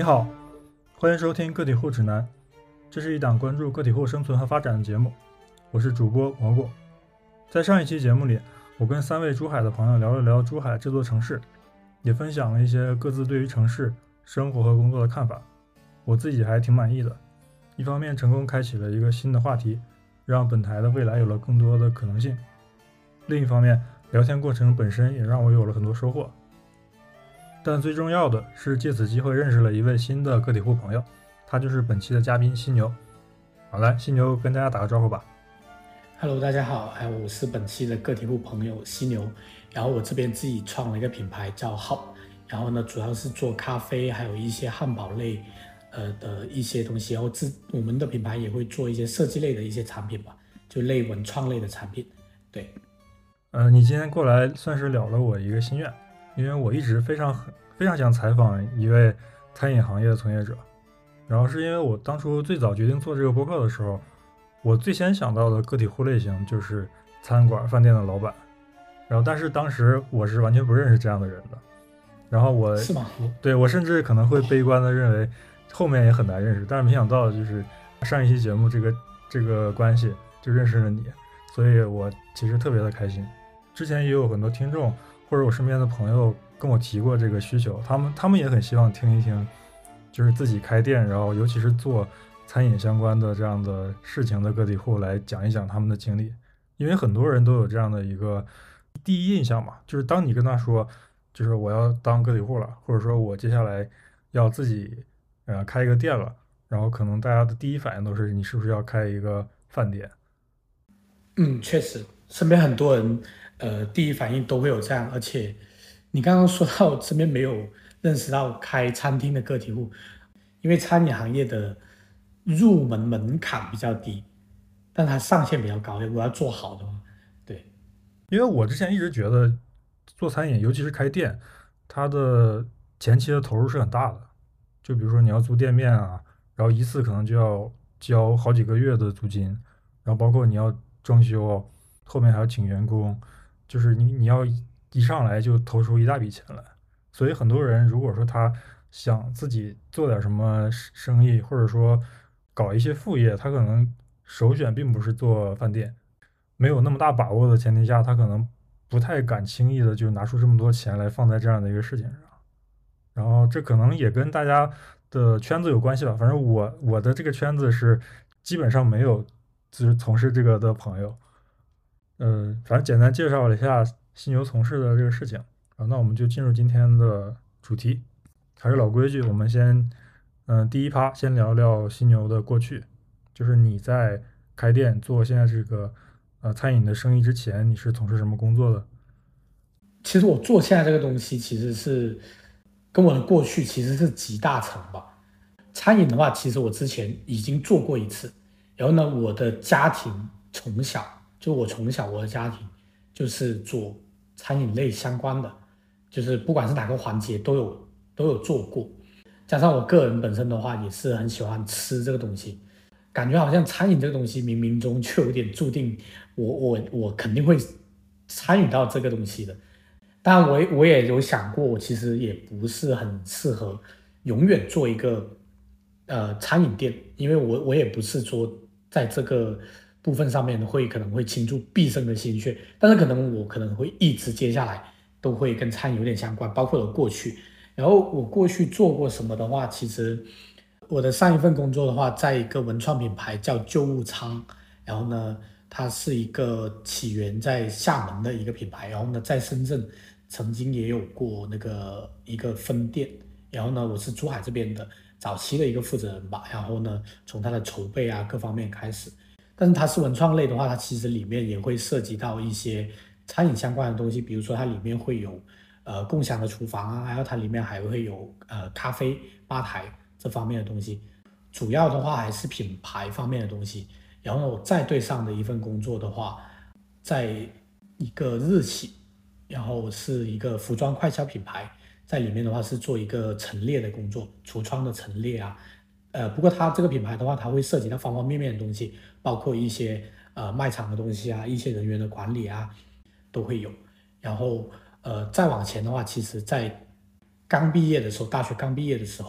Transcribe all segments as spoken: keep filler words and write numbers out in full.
好，欢迎收听个体户指南，这是一档关注个体户生存和发展的节目，我是主播蘑菇。在上一期节目里，我跟三位珠海的朋友聊了聊珠海这座城市，也分享了一些各自对于城市生活和工作的看法，我自己还挺满意的。一方面成功开启了一个新的话题，让本台的未来有了更多的可能性，另一方面聊天过程本身也让我有了很多收获。但最重要的是借此机会认识了一位新的个体户朋友，他就是本期的嘉宾犀牛。好，来，犀牛跟大家打个招呼吧。 Hello， 大家好，哎，我是本期的个体户朋友犀牛。然后我这边自己创了一个品牌叫 Hop， 然后呢，主要是做咖啡，还有一些汉堡类，呃的一些东西。然后自我们的品牌也会做一些设计类的一些产品吧，就类文创类的产品。对， 呃，你今天过来算是了了我一个心愿，因为我一直非常非常想采访一位餐饮行业的从业者。然后是因为我当初最早决定做这个播客的时候，我最先想到的个体户类型就是餐馆饭店的老板。然后但是当时我是完全不认识这样的人的，然后我是吗？ 对我甚至可能会悲观的认为后面也很难认识，但是没想到就是上一期节目这个这个关系就认识了你，所以我其实特别的开心。之前也有很多听众或者我身边的朋友跟我提过这个需求，他们他们也很希望听一听，就是自己开店，然后尤其是做餐饮相关的这样的事情的个体户来讲一讲他们的经历，因为很多人都有这样的一个第一印象嘛，就是当你跟他说，就是我要当个体户了，或者说我接下来要自己呃开一个店了，然后可能大家的第一反应都是你是不是要开一个饭店？ 嗯，确实，身边很多人，呃，第一反应都会有这样。而且你刚刚说到身边没有认识到开餐厅的个体户，因为餐饮行业的入门门槛比较低，但它上限比较高。如果要做好的话，对， 因为我之前一直觉得做餐饮，尤其是开店，它的前期的投入是很大的。就比如说你要租店面啊，然后一次可能就要交好几个月的租金，然后包括你要装修，后面还要请员工，就是你你要一上来就投出一大笔钱来。所以很多人如果说他想自己做点什么生意，或者说搞一些副业，他可能首选并不是做饭店。没有那么大把握的前提下，他可能不太敢轻易的就拿出这么多钱来放在这样的一个事情上。然后这可能也跟大家的圈子有关系吧。反正我我的这个圈子是基本上没有就是从事这个的朋友。嗯，反正简单介绍了一下犀牛从事的这个事情啊，那我们就进入今天的主题。还是老规矩，我们先嗯、呃第一趴先聊聊犀牛的过去，就是你在开店做现在这个呃餐饮的生意之前，你是从事什么工作的？ 其实我做现在这个东西，其实是跟我的过去其实是集大成吧。餐饮的话，其实我之前已经做过一次。然后呢，我的家庭从小就我从小我的家庭就是做餐饮类相关的，就是不管是哪个环节都有都有做过。加上我个人本身的话，也是很喜欢吃这个东西，感觉好像餐饮这个东西冥冥中就有点注定我我我肯定会参与到这个东西的。当然我也我也有想过，我其实也不是很适合永远做一个呃餐饮店，因为我我也不是说在这个部分上面会可能会倾注毕生的心血，但是可能我可能会一直接下来都会跟餐饮有点相关，包括我过去。然后我过去做过什么的话，其实我的上一份工作的话，在一个文创品牌叫旧物仓，然后呢，它是一个起源在厦门的一个品牌，然后呢，在深圳曾经也有过那个一个分店，然后呢，我是珠海这边的早期的一个负责人吧，然后呢，从它的筹备啊各方面开始，但是它是文创类的话，它其实里面也会涉及到一些餐饮相关的东西，比如说它里面会有呃共享的厨房啊，还有它里面还会有呃咖啡吧台这方面的东西，主要的话还是品牌方面的东西。然后再对上的一份工作的话，在一个日企，然后是一个服装快消品牌，在里面的话是做一个陈列的工作，橱窗的陈列啊，呃，不过它这个品牌的话，它会涉及到方方面面的东西，包括一些呃卖场的东西啊，一些人员的管理啊，都会有。然后呃再往前的话，其实在刚毕业的时候，大学刚毕业的时候，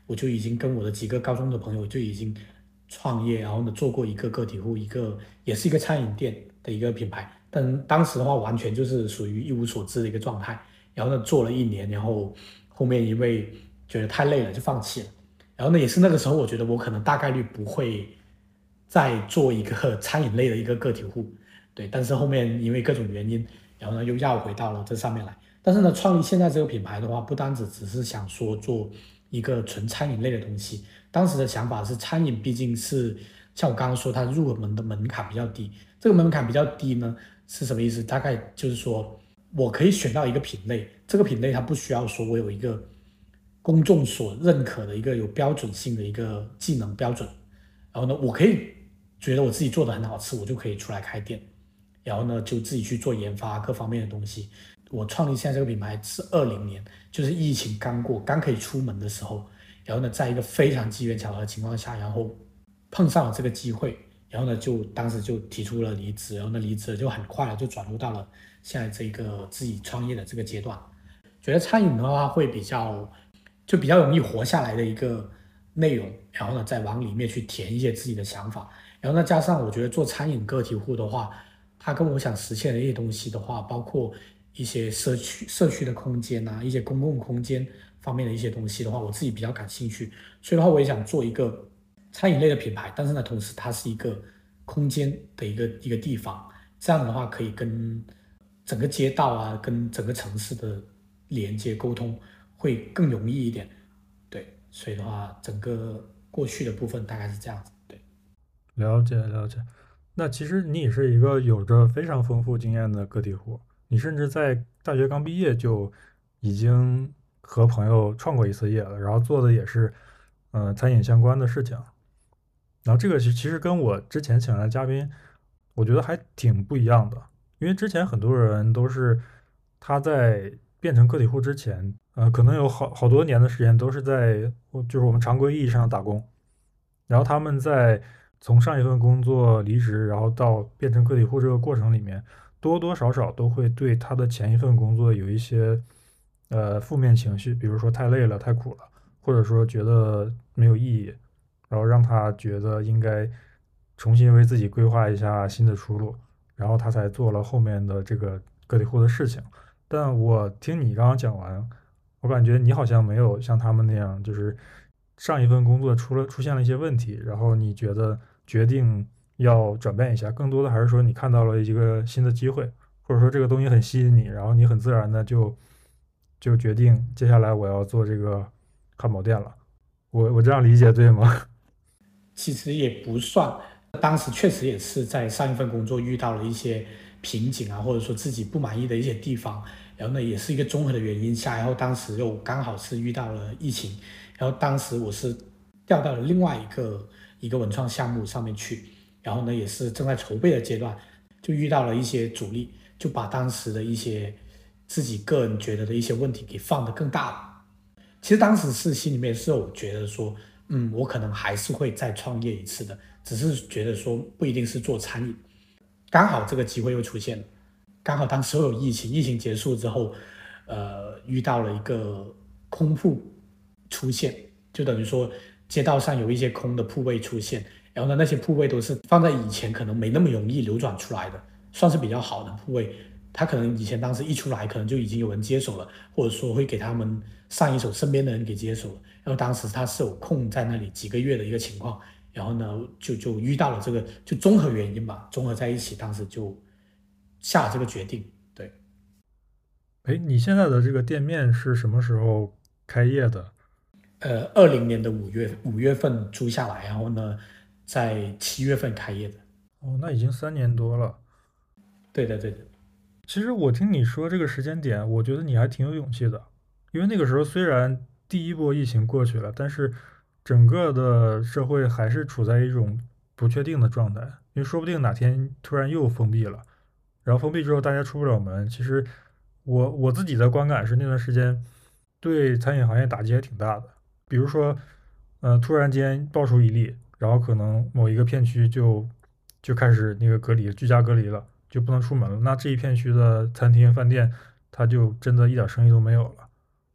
我就已经跟我的几个高中的朋友就已经创业，然后呢做过一个个体户，一个也是一个餐饮店的一个品牌，但当时的话完全就是属于一无所知的一个状态。然后呢做了一年，然后后面因为觉得太累了就放弃了。然后呢也是那个时候，我觉得我可能大概率不会再做一个餐饮类的一个个体户，对。但是后面因为各种原因，然后呢又绕回到了这上面来。但是呢，创立现在这个品牌的话，不单只只是想说做一个纯餐饮类的东西。当时的想法是，餐饮毕竟是像我刚刚说，它入门的门槛比较低。这个门槛比较低呢，是什么意思？大概就是说我可以选到一个品类，这个品类它不需要说我有一个公众所认可的一个有标准性的一个技能标准，然后呢，我可以觉得我自己做的很好吃，我就可以出来开店，然后呢，就自己去做研发各方面的东西。我创立现在这个品牌是二零年，就是疫情刚过，刚可以出门的时候，然后呢，在一个非常机缘巧合的情况下，然后碰上了这个机会，然后呢，就当时就提出了离职，然后呢，离职就很快了，就转入到了现在这个自己创业的这个阶段。觉得餐饮的话会比较就比较容易活下来的一个内容，然后呢，再往里面去填一些自己的想法，然后呢，加上我觉得做餐饮个体户的话，它跟我想实现的一些东西的话，包括一些社区社区的空间啊，一些公共空间方面的一些东西的话，我自己比较感兴趣，所以的话，我也想做一个餐饮类的品牌，但是呢，同时它是一个空间的一个一个地方，这样的话可以跟整个街道啊，跟整个城市的连接沟通会更容易一点。对，所以的话，整个过去的部分大概是这样子。对。 了解了解。那其实你也是一个有着非常丰富经验的个体户，你甚至在大学刚毕业就已经和朋友创过一次业了，然后做的也是嗯、呃餐饮相关的事情。然后这个其其实跟我之前请来的嘉宾，我觉得还挺不一样的，因为之前很多人都是他在变成个体户之前，呃，可能有好好多年的时间都是在就是我们常规意义上打工，然后他们在从上一份工作离职，然后到变成个体户这个过程里面，多多少少都会对他的前一份工作有一些呃负面情绪，比如说太累了、太苦了，或者说觉得没有意义，然后让他觉得应该重新为自己规划一下新的出路，然后他才做了后面的这个个体户的事情。但我听你刚刚讲完，我感觉你好像没有像他们那样，就是上一份工作出了出现了一些问题，然后你觉得决定要转变一下，更多的还是说你看到了一个新的机会，或者说这个东西很吸引你，然后你很自然的就就决定接下来我要做这个汉堡店了。我我这样理解对吗？ 其实也不算，当时确实也是在上一份工作遇到了一些瓶颈啊，或者说自己不满意的一些地方，然后呢，也是一个综合的原因下，然后当时又刚好是遇到了疫情，然后当时我是调到了另外一个一个文创项目上面去，然后呢，也是正在筹备的阶段，就遇到了一些阻力，就把当时的一些自己个人觉得的一些问题给放得更大了。其实当时是心里面是有觉得说，嗯，我可能还是会再创业一次的，只是觉得说不一定是做餐饮。刚好这个机会又出现了，刚好当时有疫情，疫情结束之后，呃，遇到了一个空铺出现，就等于说街道上有一些空的铺位出现，然后呢，那些铺位都是放在以前可能没那么容易流转出来的，算是比较好的铺位。他可能以前当时一出来，可能就已经有人接手了，或者说会给他们上一手身边的人给接手了。然后当时他是有空在那里几个月的一个情况，然后呢，就就遇到了这个，就综合原因吧，综合在一起，当时就下了这个决定。对。 哎，你现在的这个店面是什么时候开业的？ 呃，二零年的五月五月份租下来，然后呢，在七月份开业的。 哦，那已经三年多了。 对的，对的。 其实我听你说这个时间点，我觉得你还挺有勇气的，因为那个时候虽然第一波疫情过去了，但是整个的社会还是处在一种不确定的状态，因为说不定哪天突然又封闭了，然后封闭之后大家出不了门。其实我我自己的观感是那段时间对餐饮行业打击还挺大的，比如说，呃，突然间爆出一例，然后可能某一个片区就就开始那个隔离，居家隔离了。就不能出门了。那这一片区的餐厅、饭店，它就真的一点生意都没有了。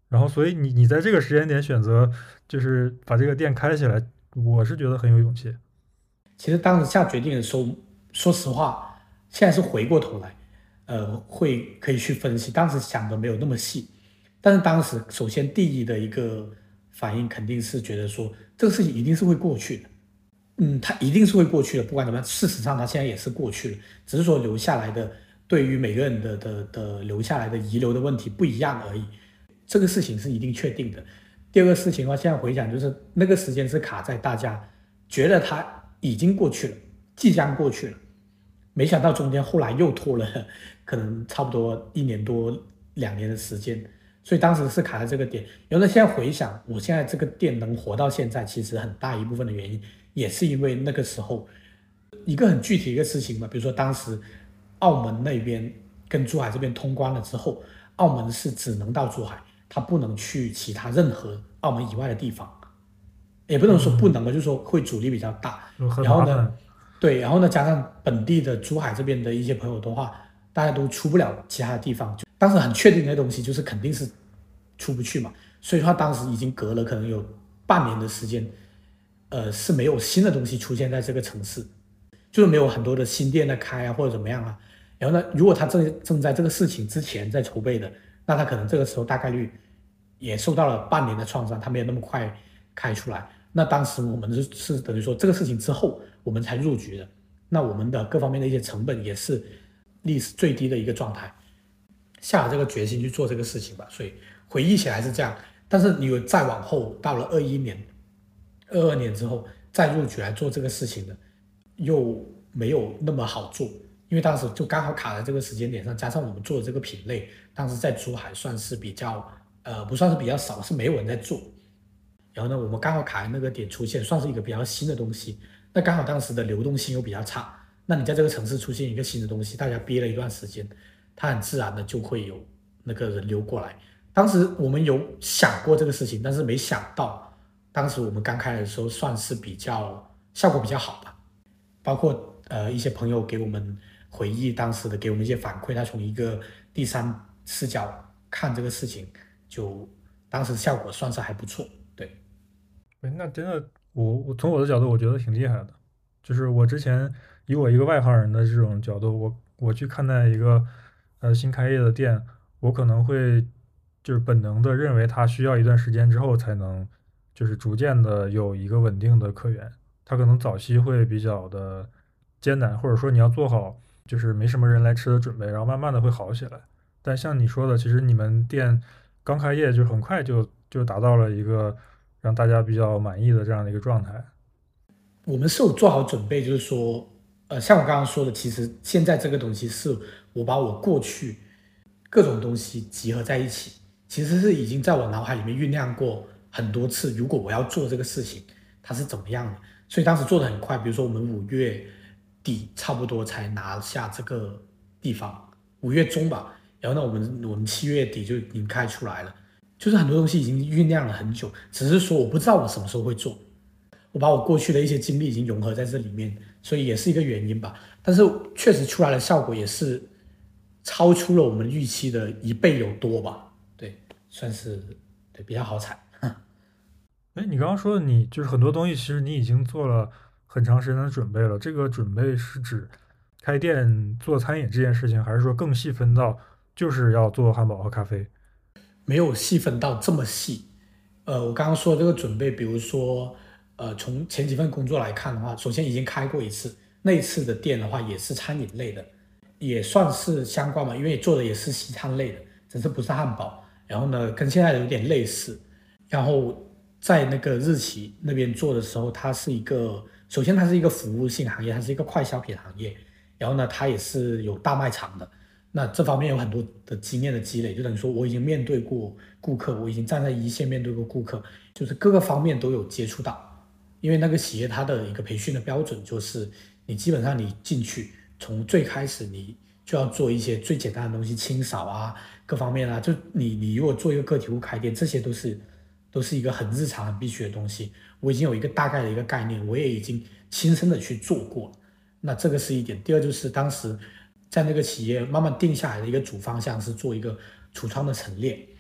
然后所以你你在这个时间点选择就是把这个店开起来，我是觉得很有勇气。 其实当时下决定的时候，说实话，现在是回过头来，呃，会可以去分析，当时想的没有那么细，但是当时首先第一的一个反应肯定是觉得说这个事情一定是会过去的，嗯，它一定是会过去的，不管怎么样，事实上它现在也是过去了，只是说留下来的对于每个人的的的留下来的遗留的问题不一样而已，这个事情是一定确定的。第二个事情的话，现在回想就是那个时间是卡在大家觉得它已经过去了，即将过去了，没想到中间后来又拖了可能差不多一年多两年的时间，所以当时是卡在这个点。然后呢，现在回想，我现在这个店能活到现在，其实很大一部分的原因也是因为那个时候一个很具体的一个事情嘛，比如说当时澳门那边跟珠海这边通关了之后，澳门是只能到珠海，它不能去其他任何澳门以外的地方，也不能说不嗯， 能吧，就是说会阻力比较大。 就很然后呢， 麻烦。 对，然后呢，加上本地的珠海这边的一些朋友的话，大家都出不了其他的地方，就当时很确定的东西就是肯定是出不去嘛，所以说当时已经隔了可能有半年的时间，呃，是没有新的东西出现在这个城市，就是没有很多的新店在开啊或者怎么样啊。然后呢，如果他正正在这个事情之前在筹备的，那他可能这个时候大概率也受到了半年的创伤，他没有那么快开出来。那当时我们是是等于说这个事情之后我们才入局的，那我们的各方面的一些成本也是历史最低的一个状态，下了这个决心去做这个事情吧。所以回忆起来是这样，但是你有再往后到了二一年、二二年之后再入局来做这个事情的，又没有那么好做，因为当时就刚好卡在这个时间点上，加上我们做的这个品类，当时在珠海算是比较呃不算是比较少，是没有人在做。然后呢，我们刚好卡在那个点出现，算是一个比较新的东西。那刚好当时的流动性又比较差，那你在这个城市出现一个新的东西，大家憋了一段时间，它很自然的就会有那个人流过来。当时我们有想过这个事情，但是没想到，当时我们刚开的时候算是比较效果比较好吧。包括呃一些朋友给我们回忆当时的，给我们一些反馈，他从一个第三视角看这个事情，就当时效果算是还不错。对。 哎，那真的，我我从我的角度，我觉得挺厉害的。就是我之前以我一个外行人的这种角度，我我去看待一个呃新开业的店，我可能会就是本能的认为它需要一段时间之后才能就是逐渐的有一个稳定的客源。它可能早期会比较的艰难，或者说你要做好就是没什么人来吃的准备，然后慢慢的会好起来。但像你说的，其实你们店刚开业就很快就就达到了一个让大家比较满意的这样的一个状态。 我们是有做好准备，就是说，呃，像我刚刚说的，其实现在这个东西是我把我过去各种东西集合在一起，其实是已经在我脑海里面酝酿过很多次。如果我要做这个事情，它是怎么样的？所以当时做的很快，比如说我们五月底差不多才拿下这个地方，五月中吧，然后呢，我们我们七月底就已经开出来了，就是很多东西已经酝酿了很久，只是说我不知道我什么时候会做。我把我过去的一些经历已经融合在这里面，所以也是一个原因吧。但是确实出来的效果也是超出了我们预期的一倍有多吧？对，算是对比较好踩。 哎，你刚刚说的你就是很多东西，其实你已经做了很长时间的准备了。这个准备是指开店做餐饮这件事情，还是说更细分到就是要做汉堡和咖啡？ 没有细分到这么细。呃，我刚刚说的这个准备，比如说，呃，从前几份工作来看的话，首先已经开过一次，那一次的店的话也是餐饮类的，也算是相关嘛，因为做的也是西餐类的，只是不是汉堡。然后呢，跟现在的有点类似。然后在那个日企那边做的时候，它是一个，首先它是一个服务性行业，它是一个快消品行业。然后呢，它也是有大卖场的。那这方面有很多的经验的积累，就等于说我已经面对过顾客，我已经站在一线面对过顾客，就是各个方面都有接触到。因为那个企业它的一个培训的标准就是，你基本上你进去，从最开始你就要做一些最简单的东西，清扫啊，各方面啊，就你你如果做一个个体户开店，这些都是都是一个很日常、很必须的东西。我已经有一个大概的一个概念，我也已经亲身的去做过了。那这个是一点。第二就是当时在那个企业慢慢定下来的一个主方向是做一个橱窗的陈列，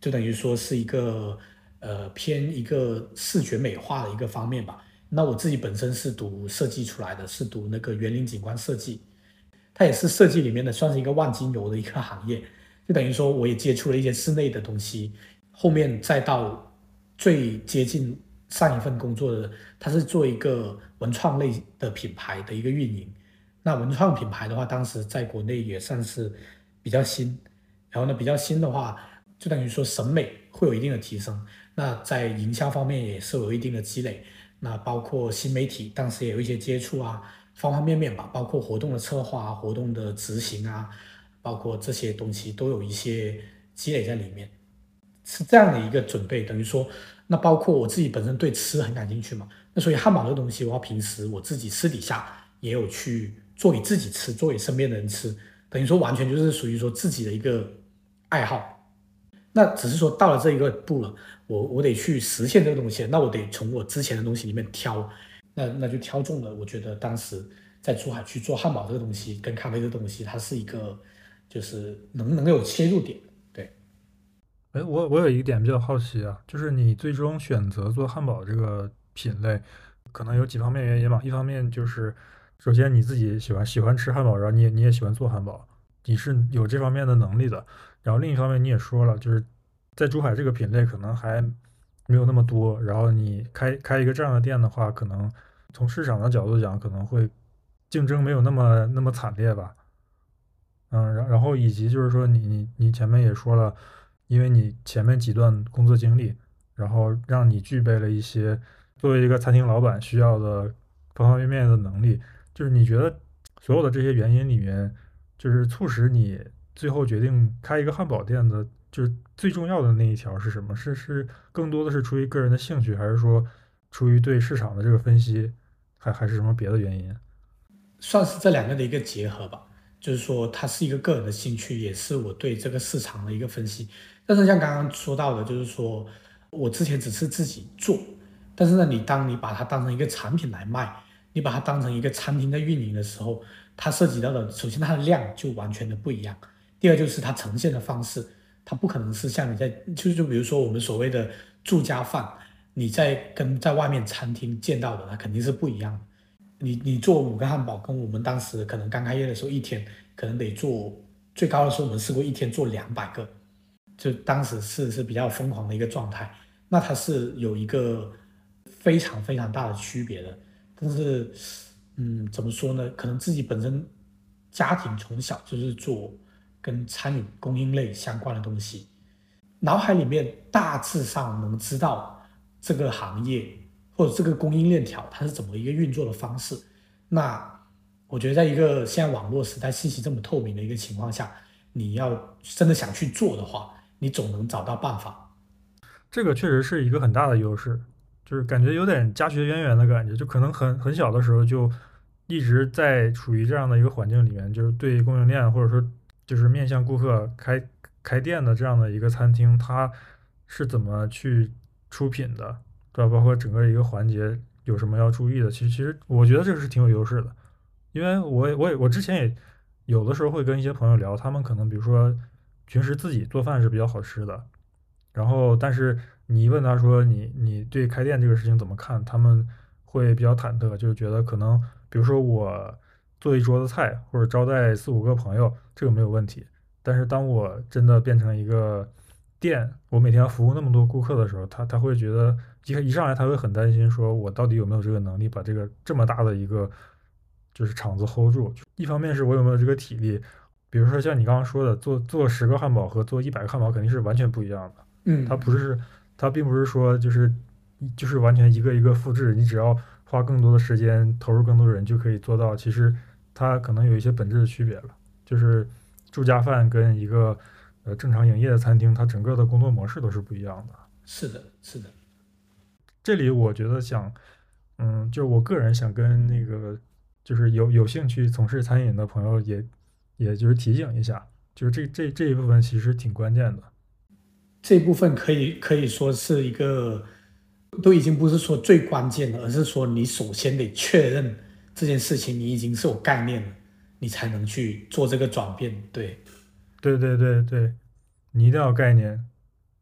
就等于说是一个呃偏一个视觉美化的一个方面吧。那我自己本身是读设计出来的，是读那个园林景观设计，它也是设计里面的算是一个万金油的一个行业，就等于说我也接触了一些室内的东西，后面再到最接近上一份工作的，它是做一个文创类的品牌的一个运营。那文创品牌的话，当时在国内也算是比较新，然后呢，比较新的话，就等于说审美会有一定的提升。那在营销方面也是有一定的积累，那包括新媒体，当时也有一些接触啊，方方面面吧，包括活动的策划啊、活动的执行啊，包括这些东西都有一些积累在里面，是这样的一个准备。等于说，那包括我自己本身对吃很感兴趣嘛，那所以汉堡这个东西，我要平时我自己私底下也有去做给自己吃，做给身边的人吃，等于说完全就是属于说自己的一个爱好。那只是说到了这一个步了，我我得去实现这个东西，那我得从我之前的东西里面挑，那那就挑中了。我觉得当时在珠海去做汉堡这个东西跟咖啡这个东西，它是一个就是能能有切入点。对。 哎，我我有一个点比较好奇啊，就是你最终选择做汉堡这个品类，可能有几方面原因嘛。一方面就是，首先你自己喜欢喜欢吃汉堡，然后你也你也喜欢做汉堡，你是有这方面的能力的。然后另一方面你也说了，就是在珠海这个品类可能还没有那么多，然后你开开一个这样的店的话，可能从市场的角度讲，可能会竞争没有那么那么惨烈吧。嗯，然然后以及就是说你你你前面也说了，因为你前面几段工作经历，然后让你具备了一些作为一个餐厅老板需要的方方面面的能力，就是你觉得所有的这些原因里面，就是促使你最后决定开一个汉堡店的，就是最重要的那一条是什么？是是更多的是出于个人的兴趣，还是说出于对市场的这个分析，还还是什么别的原因？ 算是这两个的一个结合吧。就是说，它是一个个人的兴趣，也是我对这个市场的一个分析。但是像刚刚说到的，就是说我之前只是自己做，但是呢，你当你把它当成一个产品来卖，你把它当成一个餐厅在运营的时候，它涉及到的，首先它的量就完全的不一样。第二就是它呈现的方式，它不可能是像你在，就就比如说我们所谓的住家饭，你在跟在外面餐厅见到的，它肯定是不一样的。你你做五个汉堡，跟我们当时可能刚开业的时候一天可能得做，最高的时候我们试过一天做两百个，就当时是是比较疯狂的一个状态。那它是有一个非常非常大的区别的。但是嗯，怎么说呢？可能自己本身家庭从小就是做跟餐饮供应类相关的东西，脑海里面大致上能知道这个行业或者这个供应链条它是怎么一个运作的方式。那我觉得在一个现在网络时代信息这么透明的一个情况下，你要真的想去做的话，你总能找到办法。 这个确实是一个很大的优势，就是感觉有点家学渊源的感觉，就可能很很小的时候就一直在处于这样的一个环境里面，就是对供应链或者说就是面向顾客开开店的这样的一个餐厅，它是怎么去出品的，对吧？包括整个一个环节有什么要注意的，其实其实我觉得这个是挺有优势的，因为我也我也我之前也有的时候会跟一些朋友聊，他们可能比如说平时自己做饭是比较好吃的。然后，但是你一问他说你你对开店这个事情怎么看，他们会比较忐忑，就是觉得可能，比如说我做一桌子菜或者招待四五个朋友，这个没有问题。但是当我真的变成一个店，我每天要服务那么多顾客的时候，他他会觉得一一上来他会很担心，说我到底有没有这个能力把这个这么大的一个就是场子 hold 住。一方面是我有没有这个体力，比如说像你刚刚说的，做做十个汉堡和做一百个汉堡肯定是完全不一样的。它不嗯， 是，它并不是说就是就是完全一个一个复制，你只要花更多的时间，投入更多的人就可以做到。其实它可能有一些本质的区别了，就是住家饭跟一个呃正常营业的餐厅，它整个的工作模式都是不一样的。 是的，是的。 这里我觉得想，嗯，就是我个人想跟那个就是有有兴趣从事餐饮的朋友也也就是提醒一下，就是这这这一部分其实挺关键的。 这部分可以可以说是一个，都已经不是说最关键的，而是说你首先得确认这件事情你已经是有概念了，你才能去做这个转变。对。 对对对对，你一定要有概念，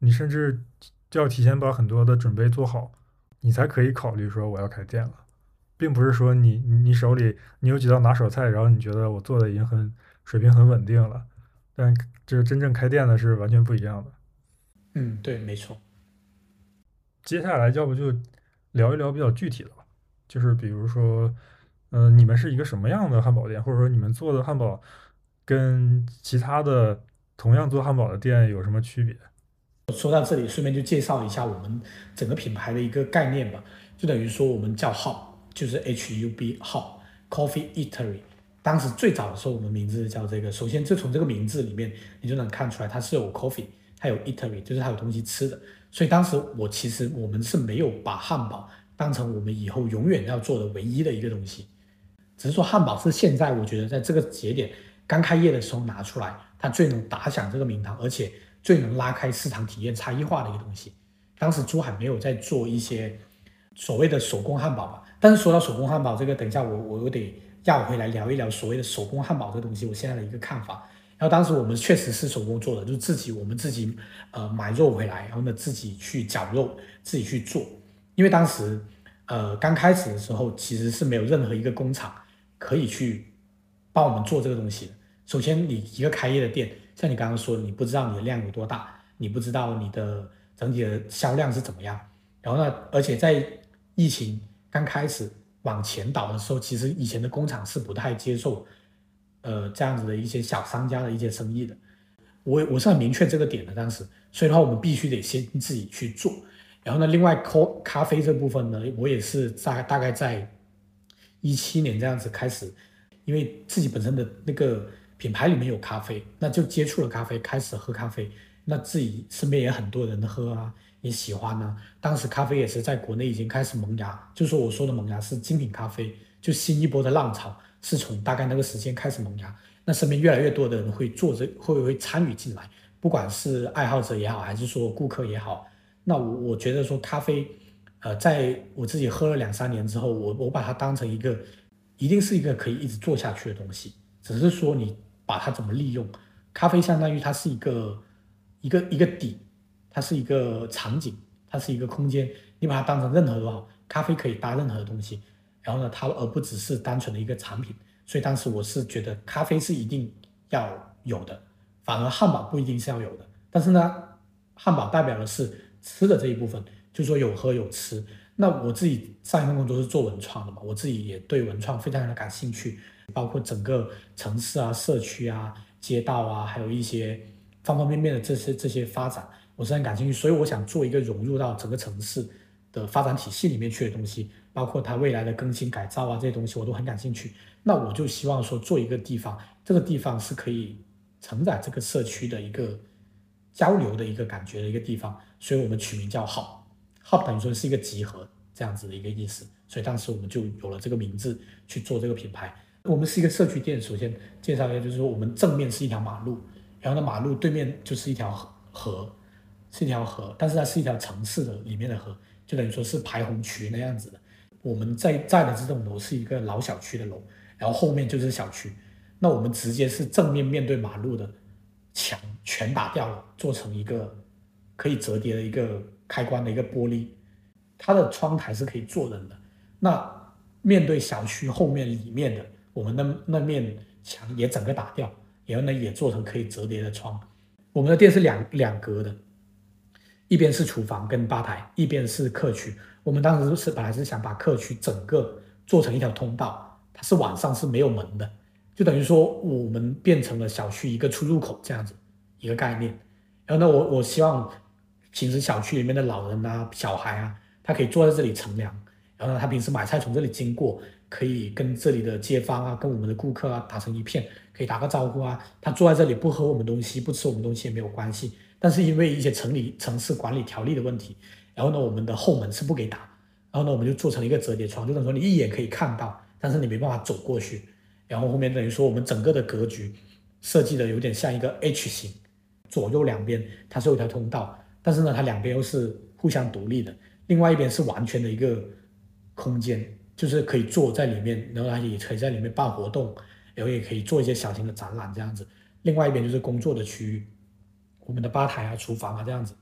你甚至就要提前把很多的准备做好，你才可以考虑说我要开店了，并不是说你你手里你有几道拿手菜，然后你觉得我做的已经很水平很稳定了，但这个真正开店的是完全不一样的。 嗯，对，没错。 接下来要不就聊一聊比较具体的吧，就是比如说，嗯、你们是一个什么样的汉堡店，或者说你们做的汉堡跟其他的同样做汉堡的店有什么区别？ 说到这里，顺便就介绍一下我们整个品牌的一个概念吧，就等于说我们叫 Hub，就是 H U B Hub Coffee Eatery。当时最早的时候，我们名字叫这个。首先，就从这个名字里面，你就能看出来它是有 coffee，它有 eatery，就是它有东西吃的。所以当时我其实我们是没有把汉堡当成我们以后永远要做的唯一的一个东西，只是说汉堡是现在我觉得在这个节点刚开业的时候拿出来，它最能打响这个名堂，而且最能拉开市场体验差异化的一个东西。当时珠海没有在做一些所谓的手工汉堡吧，但是说到手工汉堡这个，等一下我我得要回来聊一聊所谓的手工汉堡这个东西，我现在的一个看法。然后当时我们确实是手工做的，就是自己我们自己呃买肉回来，然后呢自己去绞肉，自己去做。因为当时呃刚开始的时候其实是没有任何一个工厂可以去帮我们做这个东西的。首先，你一个开业的店，像你刚刚说的，你不知道你的量有多大，你不知道你的整体的销量是怎么样。然后呢，而且在疫情刚开始往前倒的时候，其实以前的工厂是不太接受呃这样子的一些小商家的一些生意的。我我是很明确这个点的，当时，所以的话，我们必须得先自己去做。然后呢，另外咖咖啡这部分呢，我也是在大概在一七年这样子开始，因为自己本身的那个品牌里面有咖啡，那就接触了咖啡，开始喝咖啡。那自己身边也很多人喝啊，也喜欢啊。当时咖啡也是在国内已经开始萌芽，就是说我说的萌芽是精品咖啡，就新一波的浪潮是从大概那个时间开始萌芽。那身边越来越多的人会做这，会会参与进来，不管是爱好者也好，还是说顾客也好。那我我觉得说咖啡，呃，在我自己喝了两三年之后，我我把它当成一个，一定是一个可以一直做下去的东西，只是说你把它怎么利用。咖啡相当于它是一个一个一个底，它是一个场景，它是一个空间，你把它当成任何多好，咖啡可以搭任何的东西，然后呢，它而不只是单纯的一个产品。所以当时我是觉得咖啡是一定要有的，反而汉堡不一定是要有的。但是呢，汉堡代表的是吃的这一部分，就是说有喝有吃。那我自己上一份工作是做文创的嘛，我自己也对文创非常的感兴趣，包括整个城市啊、社区啊、街道啊，还有一些方方面面的这些这些发展，我是很感兴趣。所以我想做一个融入到整个城市的发展体系里面去的东西，包括它未来的更新改造啊这些东西，我都很感兴趣。那我就希望说做一个地方，这个地方是可以承载这个社区的一个交流的一个感觉的一个地方，所以我们取名叫 Hub，Hub 等于说是一个集合这样子的一个意思，所以当时我们就有了这个名字去做这个品牌。我们是一个社区店，首先介绍一下，就是说我们正面是一条马路，然后呢马路对面就是一条河，是一条河，但是它是一条城市的里面的河，就等于说是排洪渠那样子的。我们在在的这栋楼是一个老小区的楼，然后后面就是小区，那我们直接是正面面对马路的墙全打掉了，做成一个可以折叠的一个开关的一个玻璃，它的窗台是可以坐人的。那面对小区后面里面的我们那那面墙也整个打掉，然后呢也做成可以折叠的窗。我们的店是两两格的，一边是厨房跟吧台，一边是客区。我们当时是本来是想把客区整个做成一条通道，它是晚上是没有门的，就等于说我们变成了小区一个出入口这样子一个概念。然后呢，我我希望平时小区里面的老人啊、小孩啊，他可以坐在这里乘凉，然后呢，他平时买菜从这里经过，可以跟这里的街坊啊、跟我们的顾客啊打成一片，可以打个招呼啊。他坐在这里不喝我们东西、不吃我们东西也没有关系。但是因为一些城里城市管理条例的问题，然后呢，我们的后门是不给打，然后呢，我们就做成了一个折叠窗，就等于说你一眼可以看到，但是你没办法走过去。然后后面等于说我们整个的格局设计的有点像一个 H 型，左右两边它是有一条通道，但是呢，它两边又是互相独立的，另外一边是完全的一个空间，就是可以坐在里面，然后它也可以在里面办活动，然后也可以做一些小型的展览这样子。另外一边就是工作的区域，我们的吧台啊、厨房啊这样子。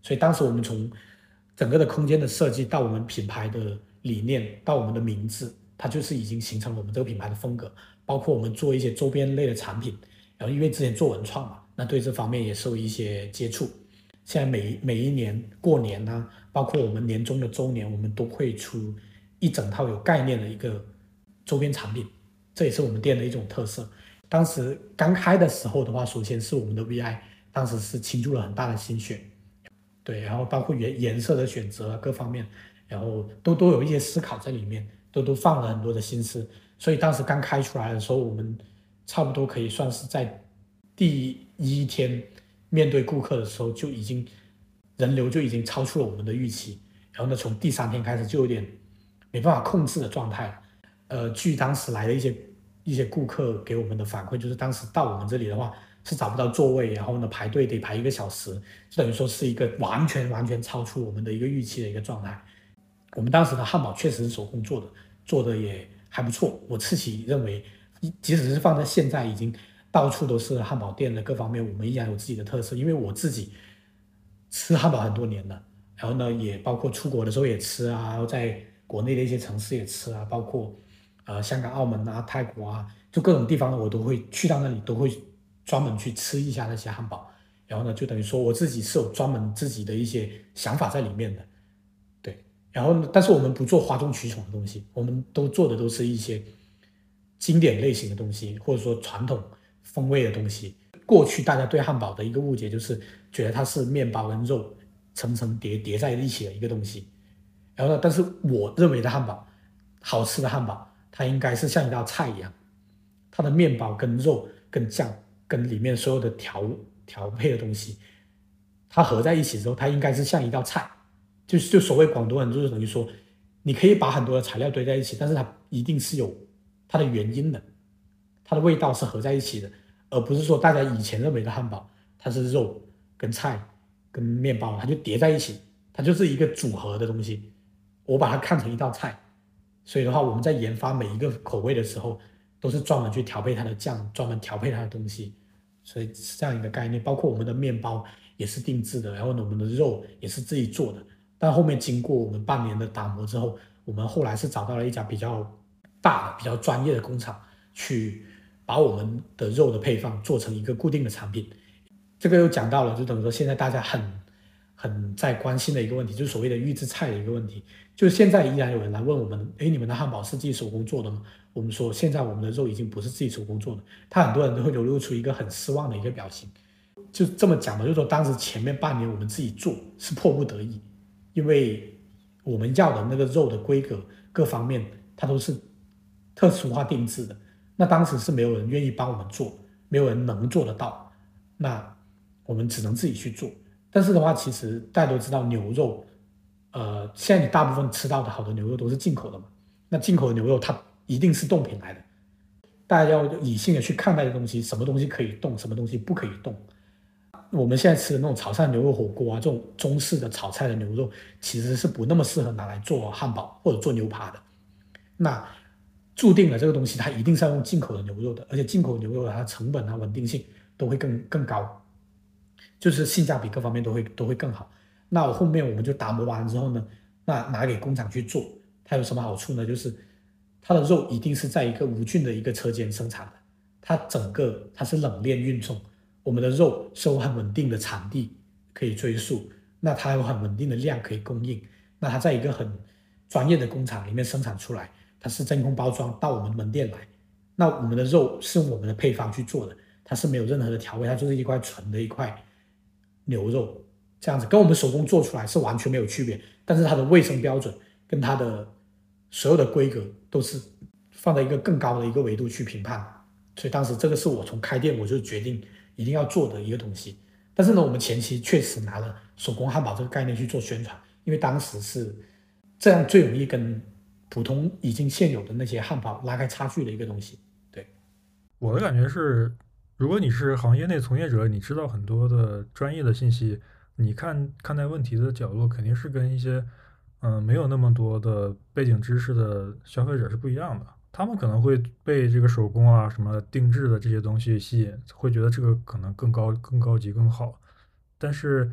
所以当时我们从整个的空间的设计到我们品牌的理念到我们的名字，它就是已经形成了我们这个品牌的风格。包括我们做一些周边类的产品，然后因为之前做文创嘛，那对这方面也受一些接触。现在每每一年过年呢、啊，包括我们年终的周年，我们都会出一整套有概念的一个周边产品，这也是我们店的一种特色。当时刚开的时候的话，首先是我们的 V I，当时是倾注了很大的心血，对，然后包括颜颜色的选择啊各方面，然后都都有一些思考在里面，都都放了很多的心思。所以当时刚开出来的时候，我们差不多可以算是在第一天面对顾客的时候，就已经人流就已经超出了我们的预期。然后呢，从第三天开始就有点没办法控制的状态了。呃，据当时来的一些一些顾客给我们的反馈，就是当时到我们这里的话是找不到座位，然后呢排队得排一个小时，就等于说是一个完全完全超出我们的一个预期的一个状态。我们当时的汉堡确实是手工做的，做的也还不错。我自己认为，即使是放在现在已经到处都是汉堡店的各方面，我们依然有自己的特色。因为我自己吃汉堡很多年了，然后呢，也包括出国的时候也吃啊，然后在国内的一些城市也吃啊，包括呃香港、澳门啊、泰国啊，就各种地方呢，我都会去到那里，都会专门去吃一下那些汉堡。然后呢，就等于说我自己是有专门自己的一些想法在里面的。对，然后呢，但是我们不做哗众取宠的东西，我们都做的都是一些经典类型的东西，或者说传统风味的东西。过去大家对汉堡的一个误解就是觉得它是面包跟肉层层叠叠在一起的一个东西。然后呢，但是我认为的汉堡，好吃的汉堡，它应该是像一道菜一样，它的面包跟肉跟酱跟里面所有的调调配的东西，它合在一起之后，它应该是像一道菜。就是就所谓广东人就是等于说，你可以把很多的材料堆在一起，但是它一定是有它的原因的，它的味道是合在一起的，而不是说大家以前认为的汉堡，它是肉跟菜跟面包，它就叠在一起，它就是一个组合的东西。我把它看成一道菜，所以的话，我们在研发每一个口味的时候，都是专门去调配它的酱，专门调配它的东西，所以是这样一个概念。包括我们的面包也是定制的，然后呢，我们的肉也是自己做的。但后面经过我们半年的打磨之后，我们后来是找到了一家比较大的、比较专业的工厂，去把我们的肉的配方做成一个固定的产品。这个又讲到了，就等于说现在大家很很在关心的一个问题，就是所谓的预制菜的一个问题。就是现在依然有人来问我们，哎，你们的汉堡是自己手工做的吗？我们说现在我们的肉已经不是自己手工做的，他很多人都会流露出一个很失望的一个表情。就这么讲吧，就是说当时前面半年我们自己做是迫不得已，因为我们要的那个肉的规格各方面，它都是特殊化定制的。那当时是没有人愿意帮我们做，没有人能做得到，那我们只能自己去做。但是的话，其实大家都知道牛肉，呃，现在你大部分吃到的好的牛肉都是进口的嘛。那进口的牛肉它一定是冻品来的，大家要理性的去看待的东西，什么东西可以冻，什么东西不可以冻。我们现在吃的那种炒菜牛肉火锅啊，这种中式的炒菜的牛肉，其实是不那么适合拿来做汉堡或者做牛扒的。那注定了这个东西它一定是要用进口的牛肉的，而且进口牛肉它的成本啊、稳定性都会更更高，就是性价比各方面都会都会更好。那我后面我们就打磨完之后呢，那拿给工厂去做，它有什么好处呢？就是它的肉一定是在一个无菌的一个车间生产的，它整个它是冷链运送，我们的肉是有很稳定的产地可以追溯，那它有很稳定的量可以供应，那它在一个很专业的工厂里面生产出来，它是真空包装到我们门店来，那我们的肉是用我们的配方去做的，它是没有任何的调味，它就是一块纯的一块牛肉，这样子跟我们手工做出来是完全没有区别，但是它的卫生标准跟它的所有的规格都是放在一个更高的一个维度去评判，所以当时这个是我从开店我就决定一定要做的一个东西。但是呢，我们前期确实拿了手工汉堡这个概念去做宣传，因为当时是这样最容易跟普通已经现有的那些汉堡拉开差距的一个东西。对， 我的感觉是，如果你是行业内从业者，你知道很多的专业的信息，你看看待问题的角度肯定是跟一些嗯、呃没有那么多的背景知识的消费者是不一样的。他们可能会被这个手工啊、什么定制的这些东西吸引，会觉得这个可能更高、更高级、更好。但是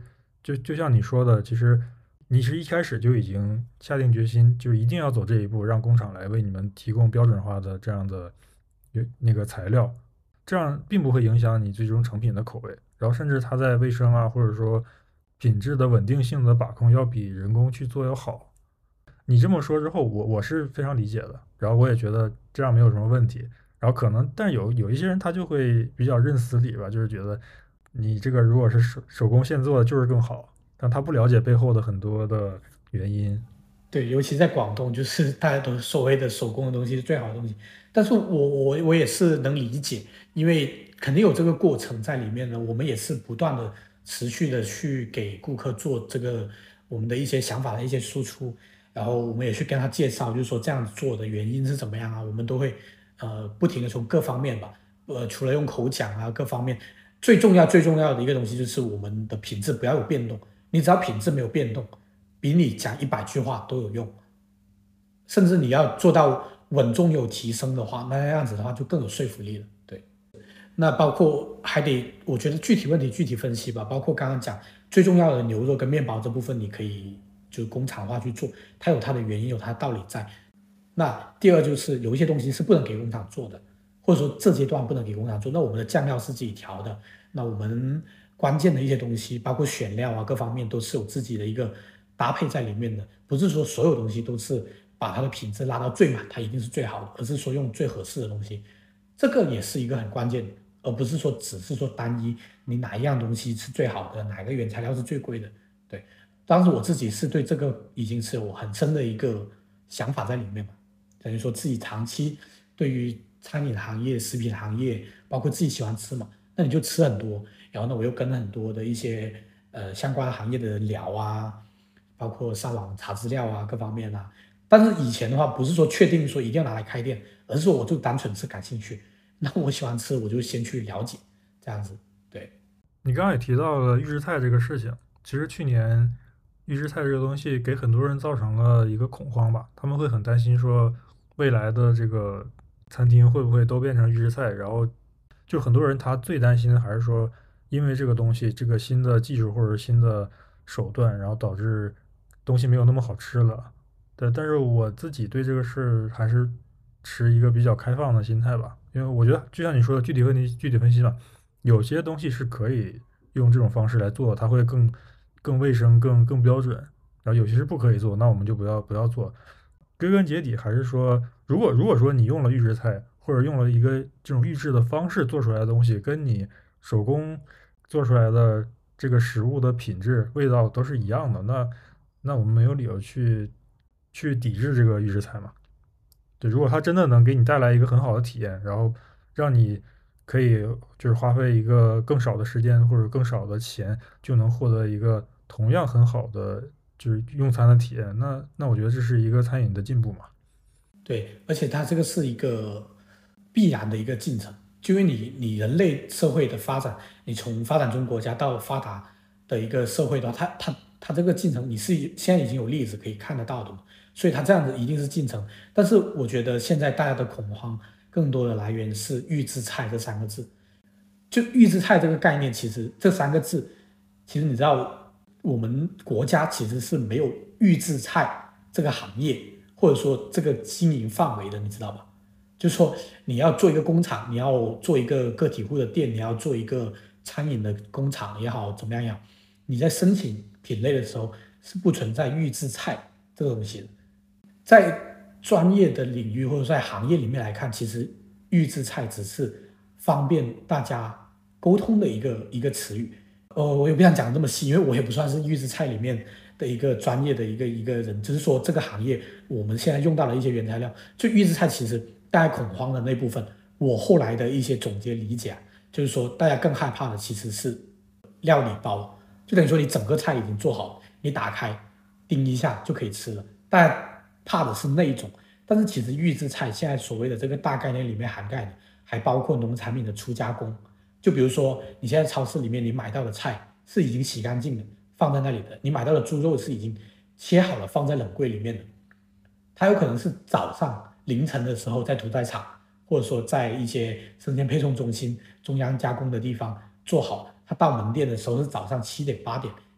就就像你说的，其实你是一开始就已经下定决心，就一定要走这一步，让工厂来为你们提供标准化的这样的那个材料，这样并不会影响你最终成品的口味。然后甚至它在卫生啊，或者说品质的稳定性的把控，要比人工去做要好。你这么说之后，我我是非常理解的，然后我也觉得这样没有什么问题。然后可能，但有有一些人他就会比较认死理吧，就是觉得你这个如果是手手工现做的就是更好，但他不了解背后的很多的原因。 对，尤其在广东，就是大家都所谓的手工的东西是最好的东西。但是我我我也是能理解，因为肯定有这个过程在里面呢。我们也是不断的、持续的去给顾客做这个我们的一些想法的一些输出，然后我们也去跟他介绍，就是说这样子做的原因是怎么样啊？我们都会呃不停的从各方面吧，呃，除了用口讲啊，各方面最重要最重要的一个东西就是我们的品质不要有变动。你只要品质没有变动，比你讲一百句话都有用。甚至你要做到稳重有提升的话，那样子的话就更有说服力了。对，那包括还得，我觉得具体问题具体分析吧。包括刚刚讲最重要的牛肉跟面包这部分，你可以就工厂化去做，它有它的原因，有它的道理在。那第二就是有一些东西是不能给工厂做的，或者说这阶段不能给工厂做。那我们的酱料是自己调的，那我们关键的一些东西，包括选料啊，各方面都是有自己的一个搭配在里面的，不是说所有东西都是把它的品质拉到最满，它一定是最好的，而是说用最合适的东西，这个也是一个很关键的，而不是说只是说单一你哪一样东西是最好的，哪个原材料是最贵的。对，当时我自己是对这个已经是有很深的一个想法在里面嘛，等于说自己长期对于餐饮行业、食品行业，包括自己喜欢吃嘛，那你就吃很多，然后呢，我又跟很多的一些呃相关行业的人聊啊，包括上网查资料啊，各方面啊。但是以前的话，不是说确定说一定要拿来开店，而是说我就单纯是感兴趣，那我喜欢吃，我就先去了解，这样子。对， 你刚刚也提到了预制菜这个事情，其实去年预制菜这个东西给很多人造成了一个恐慌吧，他们会很担心说未来的这个餐厅会不会都变成预制菜，然后就很多人他最担心的还是说，因为这个东西这个新的技术或者新的手段，然后导致东西没有那么好吃了。对，但是我自己对这个事还是持一个比较开放的心态吧，因为我觉得就像你说的，具体问题具体分析嘛。有些东西是可以用这种方式来做，它会更更卫生、更更标准。然后有些是不可以做，那我们就不要不要做。归根结底还是说，如果如果说你用了预制菜，或者用了一个这种预制的方式做出来的东西，跟你手工做出来的这个食物的品质、味道都是一样的，那那我们没有理由去去抵制这个预制菜嘛。对，如果它真的能给你带来一个很好的体验，然后让你可以就是花费一个更少的时间或者更少的钱，就能获得一个同样很好的就是用餐的体验，那那我觉得这是一个餐饮的进步嘛。 对，而且它这个是一个必然的一个进程，就因为你你人类社会的发展，你从发展中国家到发达的一个社会的话，它它它这个进程你是现在已经有例子可以看得到的嘛，所以它这样子一定是进程。但是我觉得现在大家的恐慌更多的来源是预制菜这三个字，就预制菜这个概念，其实这三个字，其实你知道我们国家其实是没有预制菜这个行业，或者说这个经营范围的，你知道吧？就是说你要做一个工厂，你要做一个个体户的店，你要做一个餐饮的工厂也好，怎么样样，你在申请品类的时候是不存在预制菜这个东西的。在专业的领域或者在行业里面来看，其实预制菜只是方便大家沟通的一个一个词语。呃，我也不想讲这么细，因为我也不算是预制菜里面的一个专业的一个一个人，只是说这个行业我们现在用到的一些原材料，就预制菜其实大家恐慌的那部分，我后来的一些总结理解啊，就是说大家更害怕的其实是料理包，就等于说你整个菜已经做好，你打开叮一下就可以吃了，大家怕的是那一种。但是其实预制菜现在所谓的这个大概念里面涵盖的，还包括农产品的初加工。就比如说你现在超市里面你买到的菜是已经洗干净的，放在那里的，你买到的猪肉是已经切好了放在冷柜里面的，它有可能是早上凌晨的时候在屠宰场，或者说在一些生鲜配送中心中央加工的地方做好，它到门店的时候是早上七点八点，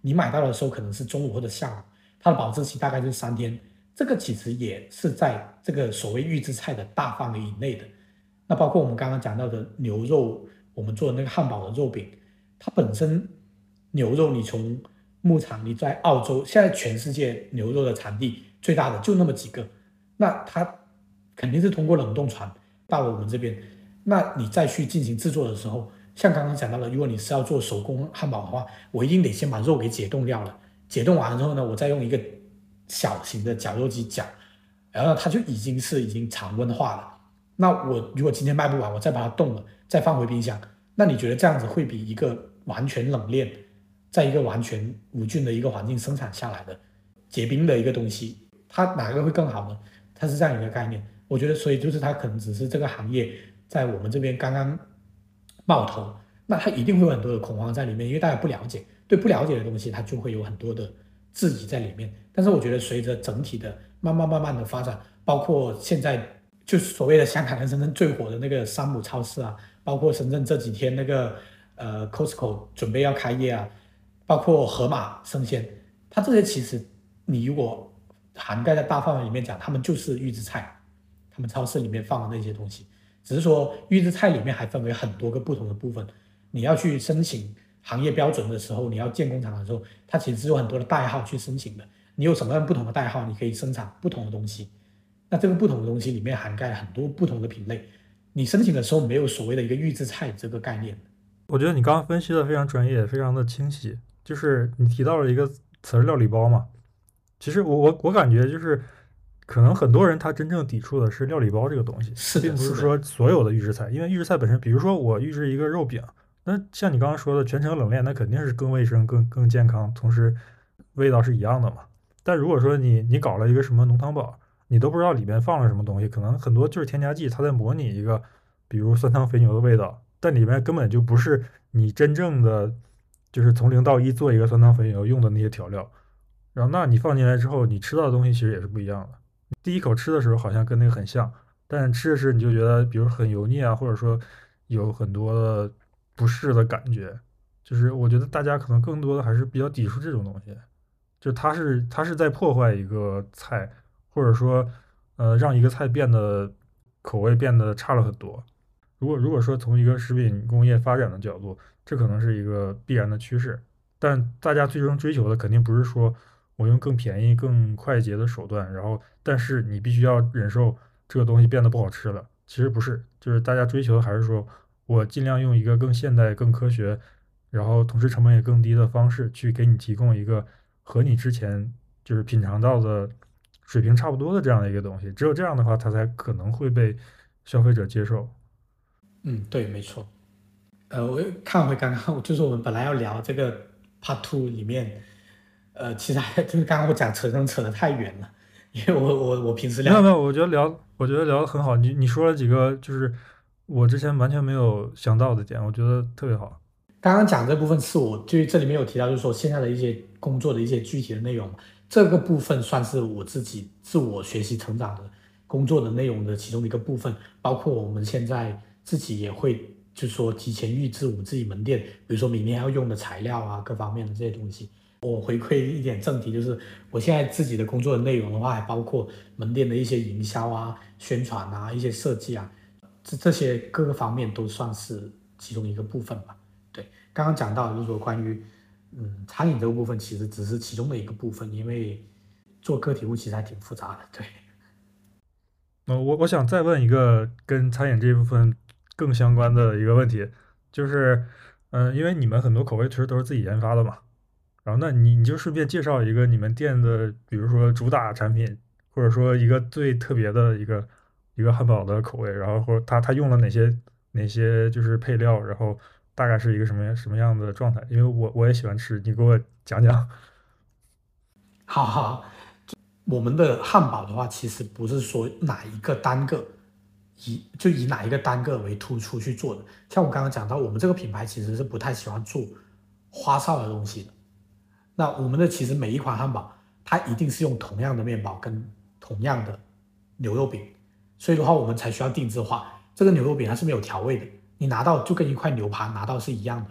你买到的时候可能是中午或者下午，它的保质期大概就是三天，这个其实也是在这个所谓预制菜的大范围以内的。那包括我们刚刚讲到的牛肉，我们做的那个汉堡的肉饼，它本身牛肉你从牧场，你在澳洲，现在全世界牛肉的产地最大的就那么几个，那它肯定是通过冷冻传到了我们这边。那你再去进行制作的时候，像刚刚讲到的，如果你是要做手工汉堡的话，我一定得先把肉给解冻掉了，解冻完了之后呢，我再用一个小型的绞肉机绞，然后它就已经是已经常温化了。那我如果今天卖不完，我再把它冻了，再放回冰箱，那你觉得这样子会比一个完全冷链，在一个完全无菌的一个环境生产下来的结冰的一个东西，它哪个会更好呢？它是这样一个概念。我觉得，所以就是它可能只是这个行业在我们这边刚刚冒头，那它一定会有很多的恐慌在里面，因为大家不了解，对不了解的东西，它就会有很多的质疑在里面。但是我觉得，随着整体的慢慢慢慢的发展，包括现在就是所谓的香港跟深圳最火的那个山姆超市啊，包括深圳这几天那个呃 Costco 准备要开业啊，包括盒马生鲜，它这些其实你如果涵盖在大范围里面讲，他们就是预制菜，他们超市里面放的那些东西。只是说预制菜里面还分为很多个不同的部分，你要去申请行业标准的时候，你要建工厂的时候，它其实是有很多的代号去申请的。你有什么样不同的代号，你可以生产不同的东西。那这个不同的东西里面涵盖很多不同的品类，你申请的时候没有所谓的一个预制菜这个概念。 我觉得你刚刚分析的非常专业，非常的清晰。就是你提到了一个词儿料理包嘛，其实我我我感觉就是，可能很多人他真正抵触的是料理包这个东西， 是的， 并不是是的， 说所有的预制菜，因为预制菜本身，比如说我预制一个肉饼，那像你刚刚说的全程冷链，那肯定是更卫生、更更健康，同时味道是一样的嘛。但如果说你你搞了一个什么浓汤宝，你都不知道里面放了什么东西，可能很多就是添加剂，它在模拟一个比如酸汤肥牛的味道，但里面根本就不是你真正的就是从零到一做一个酸汤肥牛用的那些调料。然后那你放进来之后，你吃到的东西其实也是不一样的。第一口吃的时候好像跟那个很像，但吃着吃你就觉得，比如很油腻啊，或者说有很多的不适的感觉。就是我觉得大家可能更多的还是比较抵触这种东西，就它是它是在破坏一个菜，或者说呃让一个菜变得口味变得差了很多。如果如果说从一个食品工业发展的角度，这可能是一个必然的趋势，但大家最终追求的肯定不是说我用更便宜、更快捷的手段，然后但是你必须要忍受这个东西变得不好吃了。其实不是，就是大家追求的还是说我尽量用一个更现代、更科学，然后同时成本也更低的方式去给你提供一个和你之前就是品尝到的水平差不多的这样的一个东西。只有这样的话，它才可能会被消费者接受。 嗯，对，没错。呃，我看回刚刚，就是我们本来要聊这个 Part Two 里面，呃，其实还就是刚刚我讲扯灯扯得太远了，因为我我我平时聊没有没有，我觉得聊，我觉得聊得很好。你你说了几个，就是我之前完全没有想到的点，我觉得特别好。 刚刚讲这部分是我就是这里面有提到，就是说现在的一些工作的一些具体的内容，这个部分算是我自己自我学习成长的工作的内容的其中的一个部分，包括我们现在自己也会就是说提前预制我们自己门店，比如说明年要用的材料啊，各方面的这些东西。我回馈一点正题，就是我现在自己的工作的内容的话，还包括门店的一些营销啊、宣传啊、一些设计啊，这这些各个方面都算是其中一个部分吧。对，刚刚讲到就是说关于嗯餐饮这个部分，其实只是其中的一个部分，因为做个体户其实还挺复杂的。对， 呃，我我想再问一个跟餐饮这一部分更相关的一个问题，就是，嗯、因为你们很多口味其实都是自己研发的嘛，然后那你你就顺便介绍一个你们店的，比如说主打产品，或者说一个最特别的一个一个汉堡的口味，然后或者它它用了哪些哪些就是配料，然后大概是一个什么样什么样的状态？因为我我也喜欢吃，你给我讲讲。 好好，我们的汉堡的话，其实不是说哪一个单个以就以哪一个单个为突出去做的。像我刚刚讲到，我们这个品牌其实是不太喜欢做花哨的东西的。那我们的其实每一款汉堡，它一定是用同样的面包跟同样的牛肉饼，所以的话我们才需要定制化。这个牛肉饼它是没有调味的，你拿到就跟一块牛排拿到是一样的。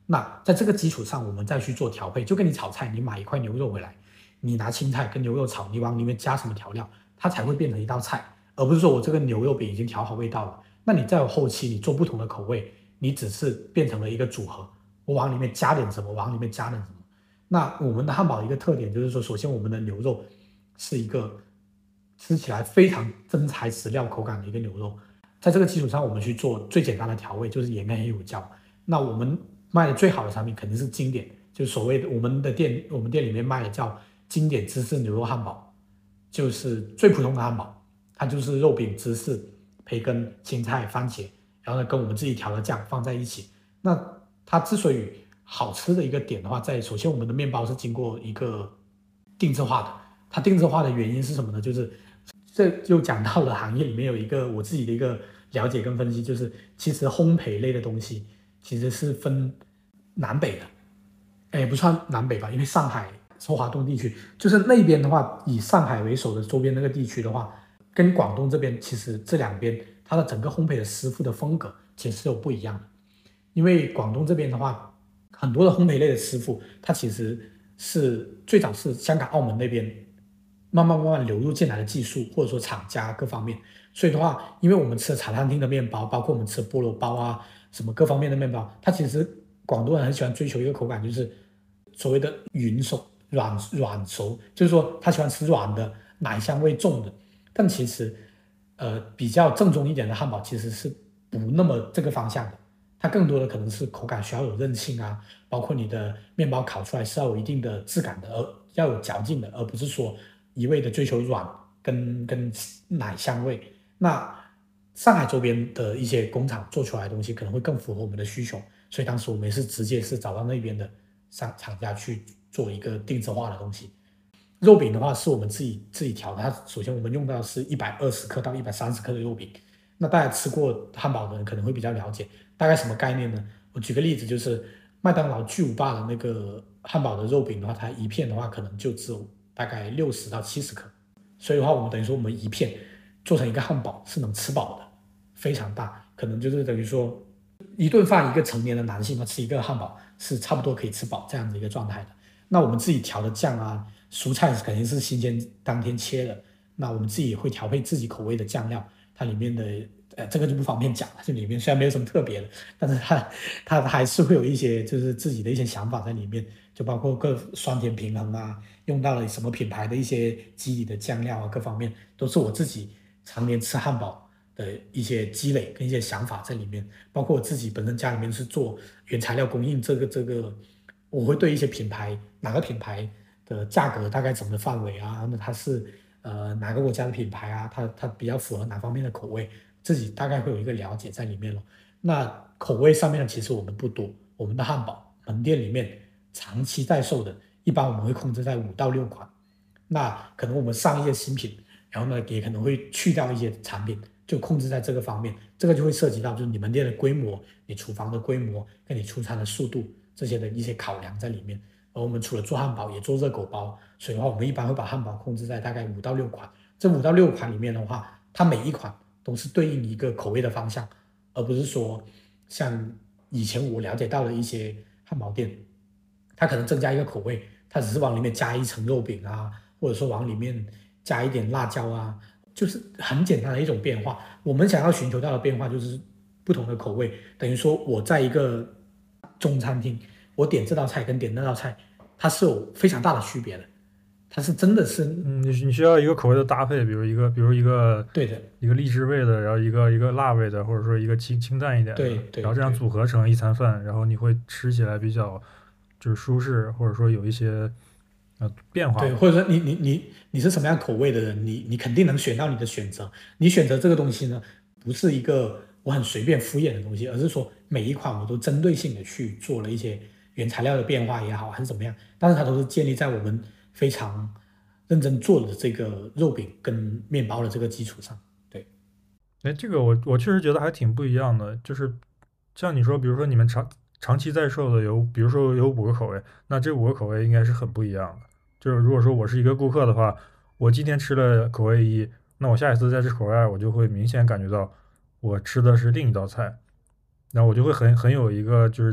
那在这个基础上，我们再去做调配，就跟你炒菜，你买一块牛肉回来，你拿青菜跟牛肉炒，你往里面加什么调料，它才会变成一道菜，而不是说我这个牛肉饼已经调好味道了，那你在后期你做不同的口味，你只是变成了一个组合，我往里面加点什么，往里面加点什么。那我们的汉堡一个特点就是说，首先我们的牛肉是一个吃起来非常真材实料口感的一个牛肉，在这个基础上，我们去做最简单的调味，就是盐跟黑胡椒。那我们卖的最好的产品肯定是经典，就是所谓的我们的店，我们店里面卖的叫经典芝士牛肉汉堡，就是最普通的汉堡，它就是肉饼、芝士、培根、青菜、番茄，然后呢跟我们自己调的酱放在一起。那它之所以好吃的一个点的话，在首先我们的面包是经过一个定制化的，它定制化的原因是什么呢？就是这就讲到了行业里面有一个我自己的一个了解跟分析，就是其实烘焙类的东西其实是分南北的，哎，不算南北吧，因为上海、中华东地区，就是那边的话，以上海为首的周边那个地区的话，跟广东这边其实这两边它的整个烘焙的师傅的风格其实是有不一样的。因为广东这边的话，很多的烘焙类的师傅，他其实是最早是香港、澳门那边慢慢慢慢流入进来的技术，或者说厂家各方面。所以的话，因为我们吃茶餐厅的面包，包括我们吃菠萝包啊，什么各方面的面包，它其实广东人很喜欢追求一个口感，就是所谓的匀熟、软软熟，就是说他喜欢吃软的、奶香味重的。但其实，呃，比较正宗一点的汉堡其实是不那么这个方向的，它更多的可能是口感需要有韧性啊，包括你的面包烤出来是要有一定的质感的，而要有嚼劲的，而不是说一味的追求软跟跟奶香味。那上海周边的一些工厂做出来的东西可能会更符合我们的需求，所以当时我们也是直接是找到那边的商厂家去做一个定制化的东西。肉饼的话是我们自己自己调的，它首先我们用到的是一百二十克到一百三十克的肉饼。那大家吃过汉堡的人可能会比较了解，大概什么概念呢？我举个例子，就是麦当劳巨无霸的那个汉堡的肉饼的话，它一片的话可能就只有大概六十到七十克，所以的话我们等于说我们一片做成一个汉堡是能吃饱的，非常大，可能就是等于说一顿饭一个成年的男性他吃一个汉堡是差不多可以吃饱这样子一个状态的。那我们自己调的酱啊，蔬菜肯定是新鲜当天切的，那我们自己也会调配自己口味的酱料，它里面的呃这个就不方便讲了，这里面虽然没有什么特别的，但是它它还是会有一些就是自己的一些想法在里面，就包括各酸甜平衡啊，用到了什么品牌的一些基底的酱料啊，各方面都是我自己常年吃汉堡的一些积累跟一些想法在里面，包括我自己本身家里面是做原材料供应，这个这个我会对一些品牌哪个品牌的价格大概怎么的范围啊，那它是呃哪个国家的品牌啊，它它比较符合哪方面的口味，自己大概会有一个了解在里面了。那口味上面其实我们不多，我们的汉堡门店里面长期在售的，一般我们会控制在五到六款。那可能我们上一些新品，然后呢也可能会去掉一些产品，就控制在这个方面。这个就会涉及到就是你门店的规模、你厨房的规模跟你出餐的速度这些的一些考量在里面。而我们除了做汉堡，也做热狗包，所以的话，我们一般会把汉堡控制在大概五到六款。这五到六款里面的话，它每一款都是对应一个口味的方向，而不是说像以前我了解到的一些汉堡店，它可能增加一个口味，它只是往里面加一层肉饼啊，或者说往里面加一点辣椒啊，就是很简单的一种变化。我们想要寻求到的变化就是不同的口味，等于说我在一个中餐厅，我点这道菜跟点那道菜，它是有非常大的区别的，它是真的是嗯，你你需要一个口味的搭配，比如一个比如一个对的， 一个荔枝味的，然后一个一个辣味的，或者说一个清清淡一点的， 对对然后这样对组合成一餐饭，然后你会吃起来比较就是舒适，或者说有一些呃变化对， 吧。 或者说你你你你是什么样口味的人，你你肯定能选到你的选择。你选择这个东西呢，不是一个我很随便敷衍的东西，而是说每一款我都针对性的去做了一些原材料的变化也好，还是怎么样，但是它都是建立在我们非常认真做的这个肉饼跟面包的这个基础上。对哎，这个我我确实觉得还挺不一样的，就是像你说，比如说你们长长期在售的有，比如说有五个口味，那这五个口味应该是很不一样的。就是如果说我是一个顾客的话，我今天吃了口味一，那我下一次再吃口味二，我就会明显感觉到我吃的是另一道菜，那我就会很很有一个就是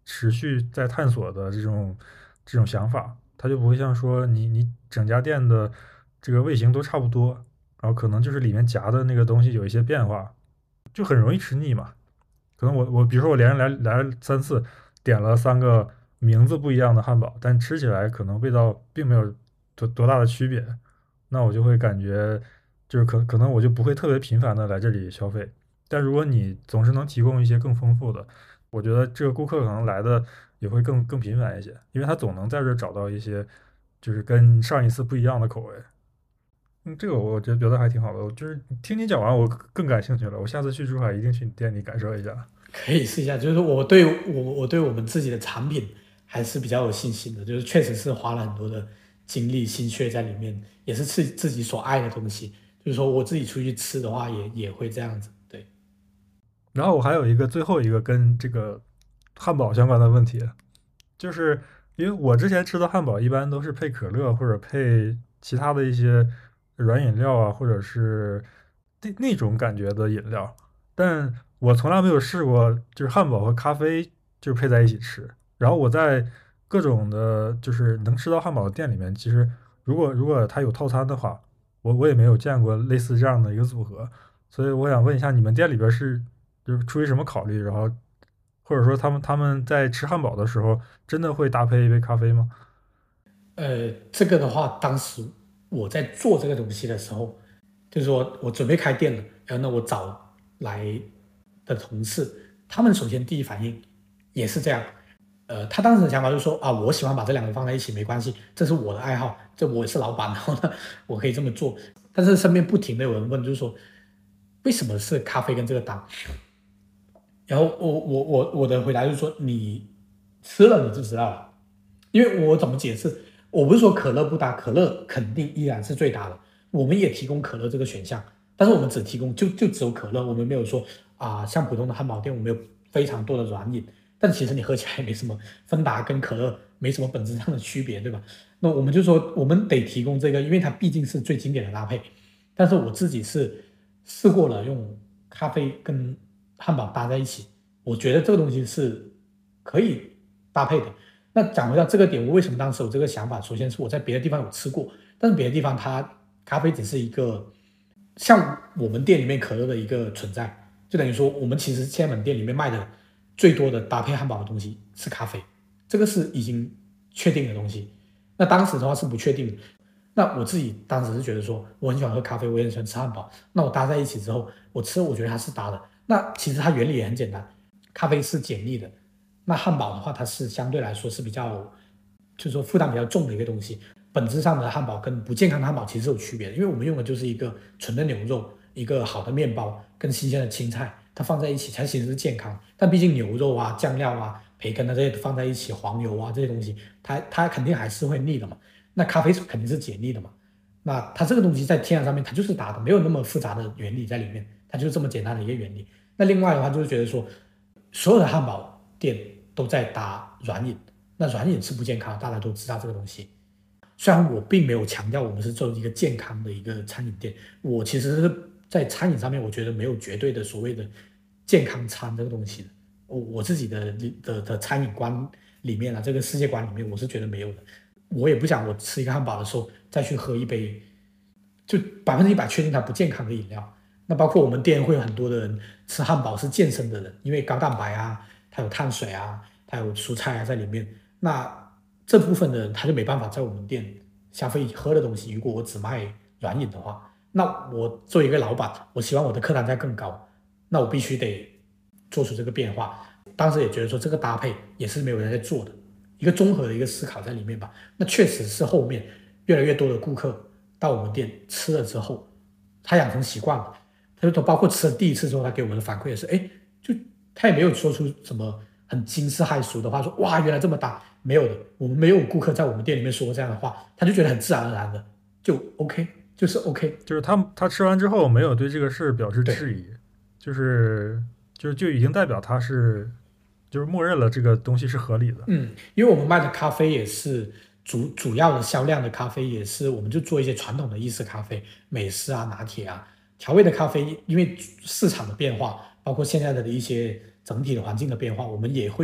持续在探索的这种这种想法，它就不会像说你你整家店的这个味型都差不多，然后可能就是里面夹的那个东西有一些变化，就很容易吃腻嘛。可能我我比如说我连着来来了三次，点了三个名字不一样的汉堡，但吃起来可能味道并没有多多大的区别，那我就会感觉就是可可能我就不会特别频繁的来这里消费。但如果你总是能提供一些更丰富的，我觉得这个顾客可能来的也会更更频繁一些，因为他总能在这儿找到一些就是跟上一次不一样的口味。嗯，这个我觉得觉得还挺好的，我就是听你讲完，我更感兴趣了。我下次去珠海一定去你店里感受一下。 可以试一下。就是我对我我对我们自己的产品还是比较有信心的，就是确实是花了很多的精力心血在里面，也是自自己所爱的东西。就是说我自己出去吃的话也，也会这样子。对。 然后我还有一个最后一个跟这个汉堡相关的问题，就是因为我之前吃的汉堡一般都是配可乐或者配其他的一些软饮料啊，或者是那那种感觉的饮料，但我从来没有试过就是汉堡和咖啡就是配在一起吃。然后我在各种的就是能吃到汉堡的店里面，其实如果如果它有套餐的话，我我也没有见过类似这样的一个组合。所以我想问一下，你们店里边是就是出于什么考虑，然后或者说他们他们在吃汉堡的时候，真的会搭配一杯咖啡吗？ 呃，这个的话，当时我在做这个东西的时候，就是说我准备开店了，然后呢，我找来的同事，他们首先第一反应也是这样。呃，他当时的想法就是说啊，我喜欢把这两个放在一起，没关系，这是我的爱好，这我也是老板，然后呢，我可以这么做。但是身边不停的有人问，就是说为什么是咖啡跟这个搭？然后我我我我的回答就是说，你吃了你就知道了。因为我怎么解释？我不是说可乐不搭，可乐肯定依然是最搭的。我们也提供可乐这个选项，但是我们只提供就就只有可乐，我们没有说啊、像普通的汉堡店，我们有非常多的软饮，但其实你喝起来也没什么，芬达跟可乐没什么本质上的区别，对吧？那我们就说我们得提供这个，因为它毕竟是最经典的搭配。但是我自己是试过了用咖啡跟汉堡搭在一起，我觉得这个东西是可以搭配的。那讲回到这个点，我为什么当时有这个想法？首先是我在别的地方有吃过，但是别的地方它咖啡只是一个像我们店里面可乐的一个存在，就等于说我们其实现在门店里面卖的最多的搭配汉堡的东西是咖啡，这个是已经确定的东西。那当时的话是不确定的。那我自己当时是觉得说，我很喜欢喝咖啡，我也很喜欢吃汉堡。那我搭在一起之后，我吃，我觉得它是搭的。那其实它原理也很简单，咖啡是解腻的，那汉堡的话，它是相对来说是比较，就是说负担比较重的一个东西。本质上的汉堡跟不健康的汉堡其实是有区别的，因为我们用的就是一个纯的牛肉，一个好的面包跟新鲜的青菜，它放在一起才其实是健康。但毕竟牛肉啊、酱料啊、培根啊这些放在一起，黄油啊这些东西，它它肯定还是会腻的嘛。那咖啡肯定是解腻的嘛。那它这个东西在天然上面它就是打的，没有那么复杂的原理在里面，它就是这么简单的一个原理。那另外的话就是觉得说，所有的汉堡店都在打软饮，那软饮是不健康，大家都知道这个东西。虽然我并没有强调我们是做一个健康的一个餐饮店，我其实是在餐饮上面，我觉得没有绝对的所谓的健康餐这个东西的。我我自己的的的餐饮观里面啊，这个世界观里面，我是觉得没有的。我也不想我吃一个汉堡的时候再去喝一杯就百分之一百确定它不健康的饮料。那包括我们店会有很多的人吃汉堡是健身的人，因为高蛋白啊，它有碳水啊，它有蔬菜啊在里面。那这部分的人他就没办法在我们店消费喝的东西。如果我只卖软饮的话，那我作为一个老板，我希望我的客单价更高，那我必须得做出这个变化。当时也觉得说这个搭配也是没有人在做的，一个综合的一个思考在里面吧。那确实是后面越来越多的顾客到我们店吃了之后，他养成习惯了，他就包括吃了第一次之后，他给我们的反馈也是，哎，就他也没有说出什么很惊世骇俗的话，说哇原来这么大，没有的，我们没有顾客在我们店里面说过这样的话，他就觉得很自然而然的就 OK，就是 OK。 就是他他吃完之后没有对这个事表示质对。 疑，就是就是就已经代表他是就是默认了这个东西是合理的。 嗯，因为我们卖的咖啡也是主主要的销量的咖啡，也是我们就做一些传统的意式咖啡、美式啊、拿铁啊、调味的咖啡。因为市场的变化，包括现在的一些整体的环境的变化，我们也会有